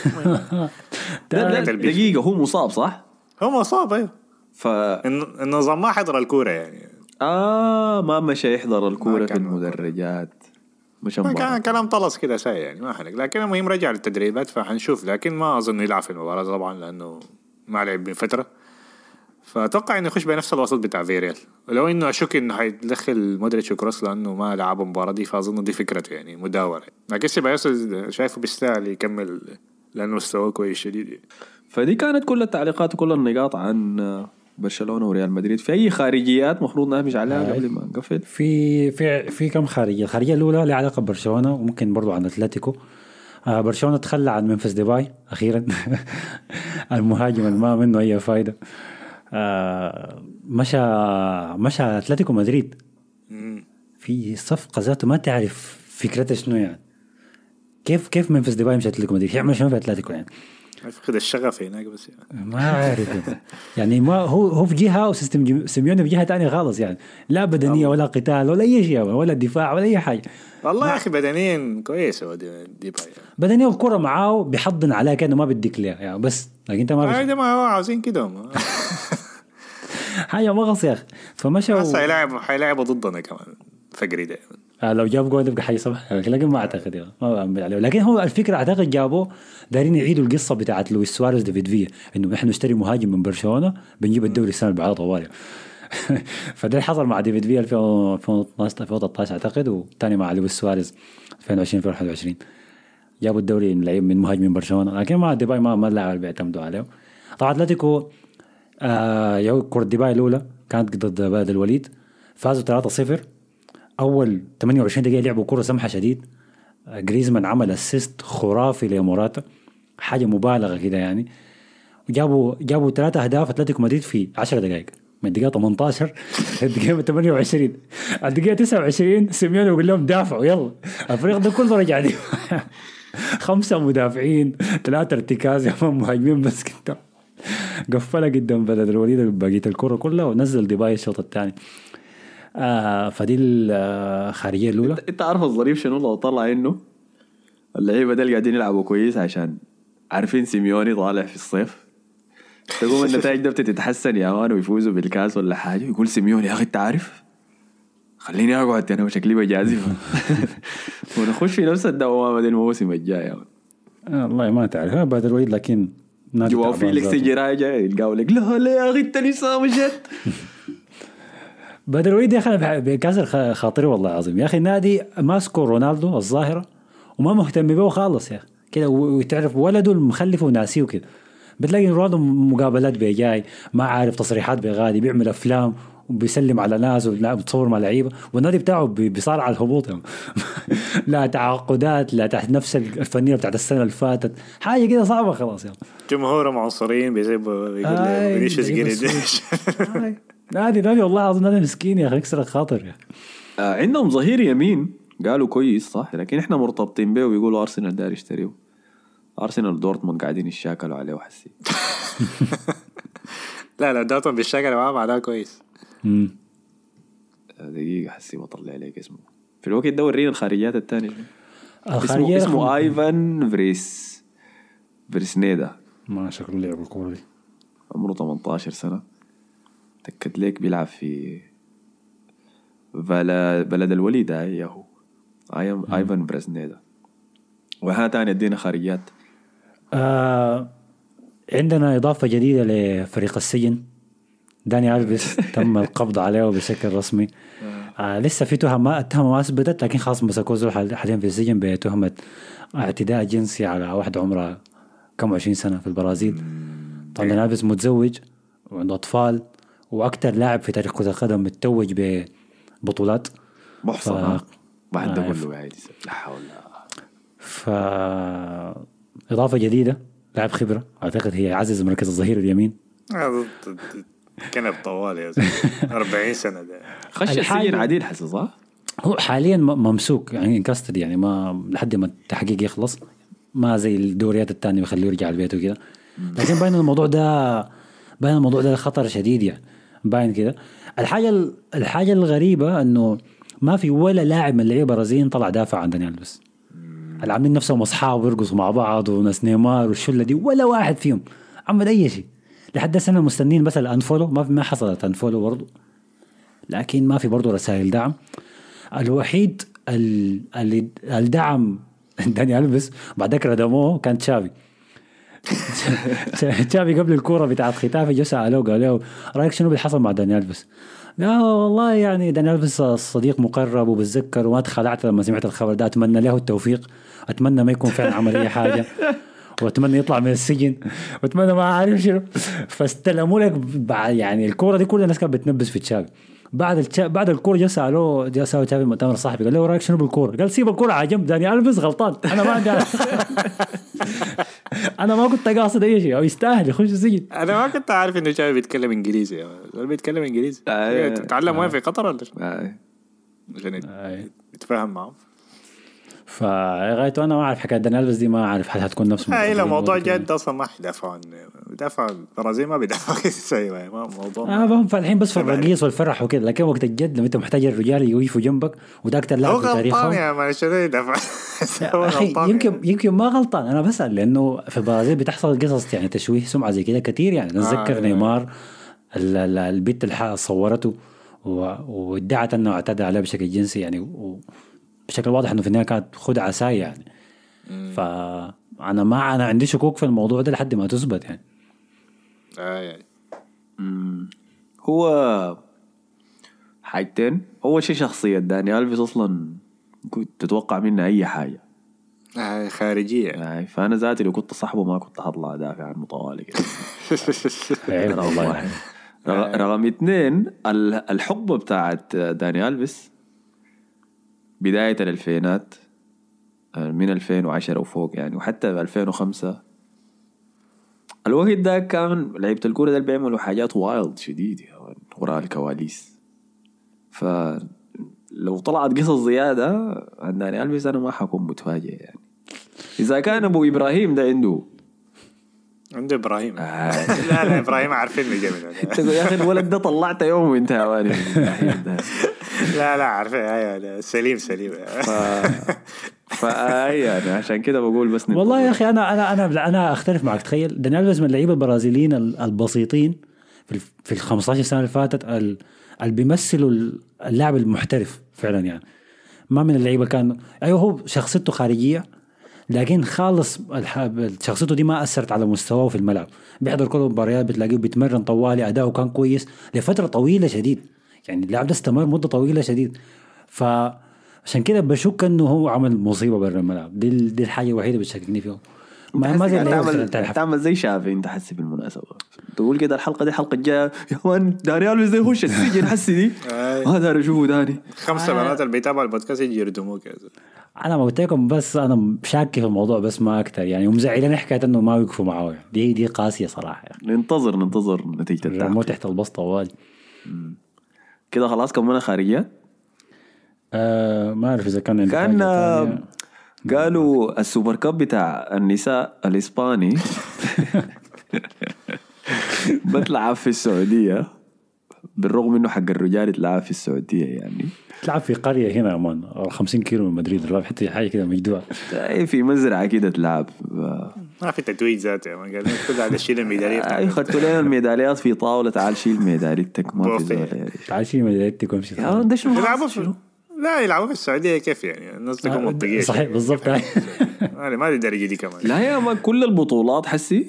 دقيقه هو مصاب صح؟ هو مصاب ايوه. ف النظام ما حضر الكوره يعني. اه ما مشى يحضر الكوره في المدرجات، مش كان كلام طلس كده ساي يعني ما حنك. لكن المهم رجع للتدريبات فحنشوف، لكن ما اظن يلعب في المباراه طبعا لانه ما لعب من فتره. فأتوقع إنه يخش بنفس الوسط بتاع فيريال، ولو إنه أشك إنه هيدخل مودريتش وكروس لأنه ما لعبوا المباراة دي، فأظن دي فكرته يعني مداورة. لكن سيبايوس شايفه بيستاهل يكمل لأنه مستواه كويس شديد. فدي كانت كل التعليقات وكل النقاط عن برشلونة وريال مدريد. في أي خارجيات مفروض نهمش عليها قبل ما نقفل؟ في في في كم خارجية. الخارجية الأولى لها علاقة ببرشلونة وممكن برضو عن أتلتيكو. آه برشلونة تخلى عن منفس ديباي أخيرا المهاجم اللي ما منه أي فايدة. آه مشى مشى أتلتيكو مدريد في صفقة ذاته ما تعرف فكرتها شنو يعني. كيف كيف منفس ديباي مشى أتلتيكو مدريد يعمل شنو في أتلتيكو يعني؟ فقد الشغف هناك بس يعني. ما عارف يعني ما هو هو في جهة وسيستم سيميوني في جهة تانية خالص يعني، لا بدنية ولا قتال ولا أي شيء ولا دفاع ولا أي حاجة. والله يا أخي بدنيا كويس هو ديباي يعني. بدنيا الكرة معاه بيحضن عليها كأنه ما بديك ليها يعني، بس لكن أنت ما هذا ما هو عاوزين كده حاجة مغص يا أخي. فمشوا هسه هيلاعب هيلاعبوا ضدنا كمان فقري ده. آه لو جاب جول يبقى حي صباح، لكن ما أعتقد يعني. ما بعمل عليه. لكن هو الفكرة أعتقد جابوه دارين يعيدوا القصة بتاعت لويس سواريز ديفيد فيا، إنه نحن نشتري مهاجم من برشلونة بنجيب الدوري السنة بعد طوالي. فده حصل مع ديفيد فيا ألفين واثناشر ألفين وثلاثة عشر أعتقد، والثاني مع لويس سواريز ألفين وعشرين ألفين وواحد وعشرين جابوا الدوري لعيب من مهاجمين برشلونة. لكن مع ديباي ما ما اللاعب بيعتمدوا عليه. طبعا أتلتيكو آه يو كرة ديباي الأولى كانت ضد بلد الوليد، فازوا ثلاثة صفر. أول ثمانية وعشرين دقيقة لعبوا كرة سمحة شديد، جريزمان عمل أسيست خرافي لموراتا، حاجة مبالغة كده يعني. جابوا جابوا ثلاثة أهداف أتلتيكو مدريد في عشر دقائق، من الدقيقة ثمانية عشر الدقيقة ثمانية وعشرين الدقيقة تسعة وعشرين سيميوني يقول لهم دافعوا يلا. الفريق ده كله رجع دي خمسة مدافعين ثلاثة ارتكاز يا مهاجمين بس كده، قفلها قدام بلد الوليد بقية الكرة كلها ونزل ديباي الشوط الثاني. آه فدي الخارجية الأولى. أنت عارف الظريف شنو؟ لو طلع إنه اللعيبة ده قاعدين يلعبوا كويس عشان عارفين سيميوني طالع في الصيف، تقوم النتائج ده بتتحسن يا مان ويفوزوا بالكاس ولا حاجة، يقول سيميوني يا أخي أنت عارف خليني اقعد انا وشكلي بجازف ونخش في نفس الدوامه دي الموسم الجاي. آه والله ما تعرف بعد الوليد لكن جوا في لك سجراء جاي يلقاوا لك لا لا يا اخي انت لسه مشت. بعد الوليد يا اخي بكسر خاطري والله العظيم يا اخي. النادي ماسكو رونالدو الظاهره وما مهتم به خالص يا اخي كده، وتعرف ولده المخلفه وناسيه وكده. بتلاقي رونالدو مقابلات بيجاي ما عارف تصريحات بغادي بيعمل افلام وبيسلم على ناس وبتصور مع لعيبه، والنادي بتاعه بيصارع على الهبوط يعني. لا تعاقدات لا تحت نفس الفنيه بتاعت السنه اللي فاتت، حاجه كده صعبه خلاص يعني. جمهورهم عنصريين بيسيبوا بيقول فينيسيوس جريديش. نادي نادي والله العظيم نادي مسكين يا اخي يكسر الخاطر يعني. آه عندهم ظهير يمين قالوا كويس صح، لكن احنا مرتبطين به ويقولوا ارسنال داير يشتريه. ارسنال دورتموند قاعدين يشاكلوا عليه وحسي. لا لا دورتموند بيشاكلوا معاه بعدها كويس. امم دقيقة حسي بطلع عليك اسمه في الوقت ده. ورينا الخارجيات الثانية. الخارجية اسمه, اسمه ايفان فريس فريسنيدا. ما شكله لعب الكورة دي. عمره ثمانية عشر سنة. تأكد ليك بيلعب في بلد بلد الوليد هي هو ايفان فريسنيدا. وها تاني ادينا خارجيات. آه عندنا إضافة جديدة لفريق السجن. داني ألفيس تم القبض عليه بشكل رسمي. آه لسه في تهم ما التهمة ما أثبتت، لكن خلاص مسكوه زول حاليا في السجن بتهمة اعتداء جنسي على واحدة عمرها كم وعشرين سنة في البرازيل. طبعا داني ألفيس متزوج وعنده أطفال وأكتر لاعب في تاريخ كرة القدم متوج ببطولات. محصن ف... ما حد أقول له عادي لا حول. ف إضافة جديدة لاعب خبرة أعتقد هي عزز مركز الظهير اليمين. كان بطوال يا زلمة أربعين سنة ده. خش السجن عديل حسن صح؟ هو حاليا ممسوك يعني انكستد يعني ما لحد ما التحقيق يخلص، ما زي الدوريات التانية بيخليه يرجع البيت وكده. لكن باين الموضوع ده باين الموضوع ده خطر شديد يعني باين كده. الحاجة الحاجة الغريبة إنه ما في ولا لاعب من اللعيبة البرازيليين طلع دافع عن داني ألفيس. العاملين نفسهم أصحاب ويرقصوا مع بعض وناس نيمار والشلة دي ولا واحد فيهم عمل أي شيء لحد السنة. مستنين بس الأنفولو ما في ما حصلت أنفولو برضو، لكن ما في برضو رسائل دعم. الوحيد اللي الدعم داني ألفيس بعد ذكر دموه كان تشافي. تشافي قبل الكورة بتاعت ختافي جو سألوه قال له رأيك شنو بيحصل مع داني ألفيس؟ لا والله يعني داني ألفيس صديق مقرب وبتذكر وما تخلعت لما سمعت الخبر ده. أتمنى له التوفيق، أتمنى ما يكون فعلا عمل أي حاجة، واتمنى يطلع من السجن، واتمنى ما عارف شنو. فاستلموا لك يعني الكوره دي كل الناس كانت بتنبس في تشافي. بعد التشا... بعد الكوره جا سالوه جا سالوه تشافي مؤتمر صحفي قال له رايك شنو بالكوره؟ قال سيب الكوره على جنب داني ألفيس غلطان انا ما عندي انا ما كنت قاصد اي شيء او يستاهل يخش السجن. انا ما كنت عارف انه تشافي بيتكلم انجليزي. هو بيتكلم انجليزي تتعلم وين في قطر ولا عشان يتفاهم معه. فغايته انا ما اعرف حكايه داني ألفيس دي، ما اعرف هل هتكون نفس الموضوع. لا موضوع جد اصلا ما يدافعوا عن يدافع البرازيل ما بيدافعوا زي ما موضوع. اه فهم فالحين بس في الرقيص والفرح وكده، لكن وقت الجد لما انت محتاج الرجال يوقفوا جنبك وده اكثر لاعب في تاريخهم. غلطان يا ما شنو يدافع. يمكن يمكن ما غلطان انا بسأل، لانه في البرازيل بتحصل قصص يعني تشويه سمعه زي كده كتير يعني. نتذكر آه نيمار البنت اللي صورته وادعت انه اعتدى عليه بشكل جنسي يعني، بشكل واضح انه في النهايه كانت خدعه ساية يعني. فانا ما انا عندي شكوك في الموضوع ده لحد ما تثبت يعني. اه يعني هو حاجتين. اول شيء شخصيه داني ألفيس اصلا كنت تتوقع منه اي حاجه آه خارجيه آه فانا ذاتي لو كنت صاحبه ما كنت هطلع دافع عن مطوالي كده. رقم اثنين الحقبه بتاعت داني ألفيس بداية الألفينات من ألفين وعشرة وفوق يعني، وحتى ألفين وخمسة الوقت ده كان لعيبة الكورة ده بيعملوا حاجات وايلد شديد وراء الكواليس. فلو طلعت قصص زيادة عن داني ألفيس أنا ما حكون متفاجئ يعني. إذا كان أبو إبراهيم ده عنده عنده إبراهيم آه. لا لا إبراهيم عارفين جميل يا أخي الولد ده طلعته يوم وانت هواني. لا لا عارفين ايوه سليم سليم ف فاي يعني عشان كده بقول بس والله يا اخي انا انا انا انا اختلف معك. تخيل داني ألفيس من اللعيبه البرازيليين البسيطين في في ال خمسة عشر سنه اللي فاتت اللي بيمثلوا اللاعب المحترف فعلا يعني، ما من اللعيبه كان ايوه هو شخصيته خارجيه لكن خالص شخصيته دي ما اثرت على مستواه في الملعب. بيحضر كل المباريات بتلاقيه بيتمرن طوالي، اداؤه كان كويس لفتره طويله شديد، يعني اللاعب ده استمر مده طويله شديد. فعشان كده بشك انه هو عمل مصيبه برا الملعب. دي دي الحاجه الوحيده اللي بتشككني فيه. ما ما زي تعمل تعمل زي شافي انت حسي بالمناسبه تقول كده الحلقه دي حلقه جايه يا مان داني الفيس ده يخش السجن حسي دي ما داري اشوفه داني خمسه بنات اللي بيتابعوا البودكاست يجي يردموك. انا موتيكم بس انا شاك في الموضوع بس ما اكثر يعني، ومزعلاني حكايه انه ما يوقفوا معاه يعني. دي دي قاسيه صراحه يعني. ننتظر ننتظر نتيجه التحقيق. مو تحت البسط طوال كده خلاص كملنا خارجيات. آه ما اعرف اذا كان كان قالوا السوبر كاب بتاع النساء الاسباني بتلعب في السعوديه بالرغم انه حق الرجال يتلعب في السعوديه يعني تلعب في قريه هنا مان خمسين كيلو من مدريد ولا حتى حاجه كده مجدوعه في مزرعه كده تلعب ما في تتويج ذاته ما قال كل على الشيل الميداليه اي خدتوا لنا الميداليات في طاوله تعال شيل ميداليتك ما في زول تعال شيل ميداليتك وامشي يا ده شنو يلعبوا في لا يلعبوا في السعوديه كيف يعني الناس تكون منطقيه صحيح بالضبط يعني ما الدرجه دي كمان. لا يا ما كل البطولات حسي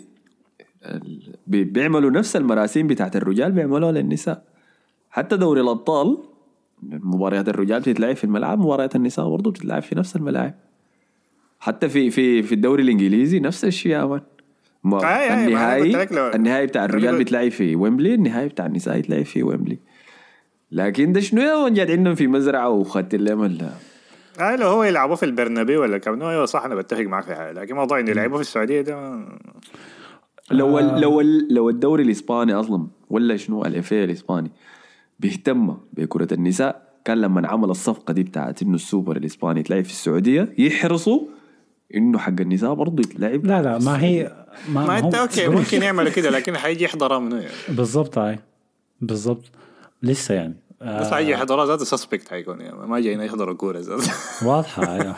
بيعملوا نفس المراسيم بتاعت الرجال بيعملوها للنساء. حتى دوري الابطال مباريات الرجال بتتلعب في الملعب مباريات النساء برضه بتتلعب في نفس الملاعب. حتى في في في الدوري الانجليزي نفس الشيء يا مان. النهائي النهائي بتاع الرجال بيتلعب في ويمبلي النهائي بتاع النساء يتلعب في ويمبلي. لكن ده شنو يا مان جاد عندهم في مزرعه وخدت لهم ال اه لو هو يلعبوا في البرنابيو ولا كم ايوه صح انا بتفق معك في حاجه لكن موضوع انه يلعبوا في السعوديه ده لو آه. لو لو الدوري الاسباني اصلا ولا شنو الافيه الاسباني بيهتم بكره النساء كان لما عمل الصفقه دي بتاعت انه السوبر الاسباني يتلعب في السعوديه يحرصوا انه حق النساء برضه يتلعب. لا لا ما هي ما, ما انت اوكي ممكن يعملوا كده لكن حيجي يحضرها منو يعني بالضبط هاي بالضبط لسه يعني بس آه حيجي يحضرها ذات سسبكت حيكون يعني ما جايين يحضروا كوره ذات واضحه يعني.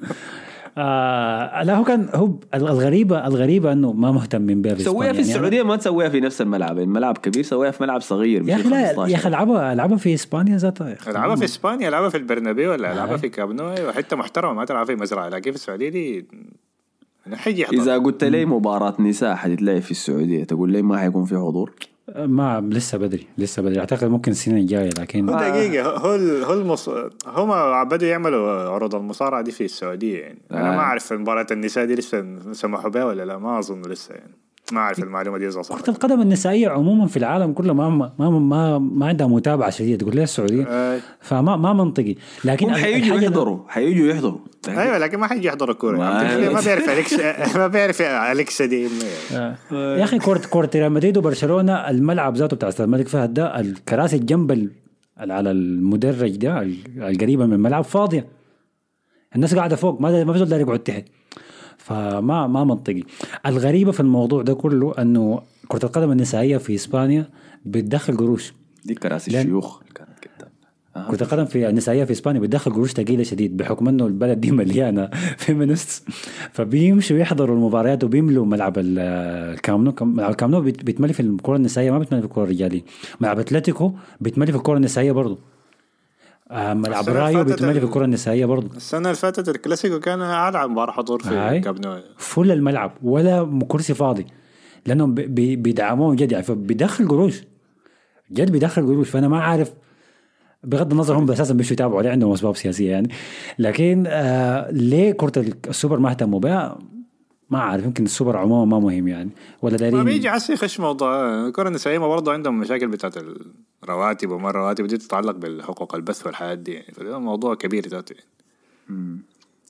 آه لا هو كان هو الغريبه الغريبه انه ما مهتمين بها في سويها في السعوديه يعني ما تسويها في نفس الملعب الملعب كبير سويها في ملعب صغير يا اخي لا يا اخي العبها العبها في اسبانيا ذاتها العبها في اسبانيا العبها في البرنابيو ولا العبها في كامب نو حتى محترمه ما تلعب في مزرعه لكن في السعوديه دي حيجي يحضر. اذا قلت لي مباراه نساء حتتلعب في السعوديه تقول لي ما حيكون في حضور؟ ما لسه بدري لسه بدري اعتقد ممكن السنه الجايه لكن هو دقيقه هو هو المص... هم بدوا يعملوا عروض المصارعه دي في السعوديه يعني آه. انا ما اعرف مباراه النساء دي لسه سمحوا بها ولا لا ما اظن لسه يعني ما اعرف المعلومه دي صح. كره القدم النسائيه عموما في العالم كله ما ما ما, ما عندها متابعه شديده تقول لي السعوديه آه. فما ما منطقي لكن حييجوا يحضروا حييجوا يحضروا ايوه لكن ما حيجي يحضروا الكوره ما, ما بيعرف أليكس ما بيعرف أليكس دي آه. يا اخي كره كره ريال مدريد وبرشلونه الملعب ذاته بتاع استاد الملك فهد ده الكراسي الجنب على المدرج ده القريبه من الملعب فاضيه الناس قاعده فوق ما ما في زول يقعد تحت فما ما منطقي. الغريبه في الموضوع ده كله انه كره القدم النسائيه في اسبانيا بتدخل قروش دي كراسي الشيوخ كانت كده. آه. كرة القدم في النسائية في إسبانيا بتدخل قروش ثقيلة شديد بحكم إنه البلد دي مليانة فيمينست فبيمشوا يحضروا المباريات وبيملوا ملعب الكامنو. ملعب الكامنو بيتملي في الكرة النسائية ما بيتملي في الكرة الرجالية. ملعب أتلتيكو بيتملي في الكرة النسائية برضو. آه ملعب رايو بيتملي في الكرة النسائية برضو. السنة اللي فاتت الكلاسيكو كان أعلى مباراة حضور في كامنو فل الملعب ولا كرسي فاضي لأنهم بيدعموهم جد يعني فبيدخل قروش جد بيدخل قروش. فأنا ما عارف بغض النظر هم اساسا مش يتابعوا عليه عندهم اسباب سياسيه يعني لكن آه ليه كره السوبر ما اهتموا بها ما عارف. يمكن السوبر عموما ما مهم يعني ولا دارين ما بيجي عسي خش موضوع الكره النسائيه برضه عندهم مشاكل بتاعت الرواتب وما الرواتب دي تتعلق بالحقوق البث والحياه دي يعني فده موضوع كبير ذاته يعني.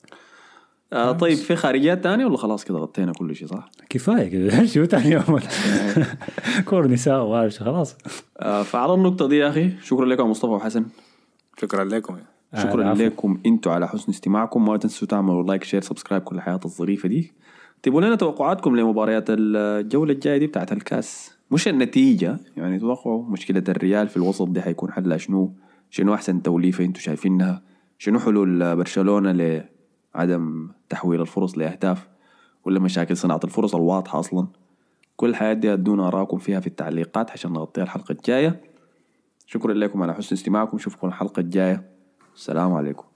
آه طيب في خارجيات تانية ولا خلاص كده غطينا كل شيء صح؟ كفاية كده شو تاني يوم كور نساء وعارف خلاص. آه فعلى النقطة دي يا أخي شكرا لكم مصطفى وحسن. شكرا لكم شكرا آه لكم انتوا على حسن استماعكم. ما تنسوا تعملوا لايك شير سبسكرايب كل الحياة الظريفة دي. تبوا لنا توقعاتكم لمباريات الجولة الجاية دي بتاعت الكاس مش النتيجة يعني توقعوا مشكلة الريال في الوسط دي حيكون حلها شنو شنو أحسن توليفة انتوا شايفينها شنو حلول برشلونة ل عدم تحويل الفرص لأهداف ولا مشاكل صناعة الفرص الواضحة أصلا. كل الحياة دي أدونا أراكم فيها في التعليقات عشان نغطيها الحلقة الجاية. شكرا لكم على حسن استماعكم. نشوفكم الحلقة الجاية. السلام عليكم.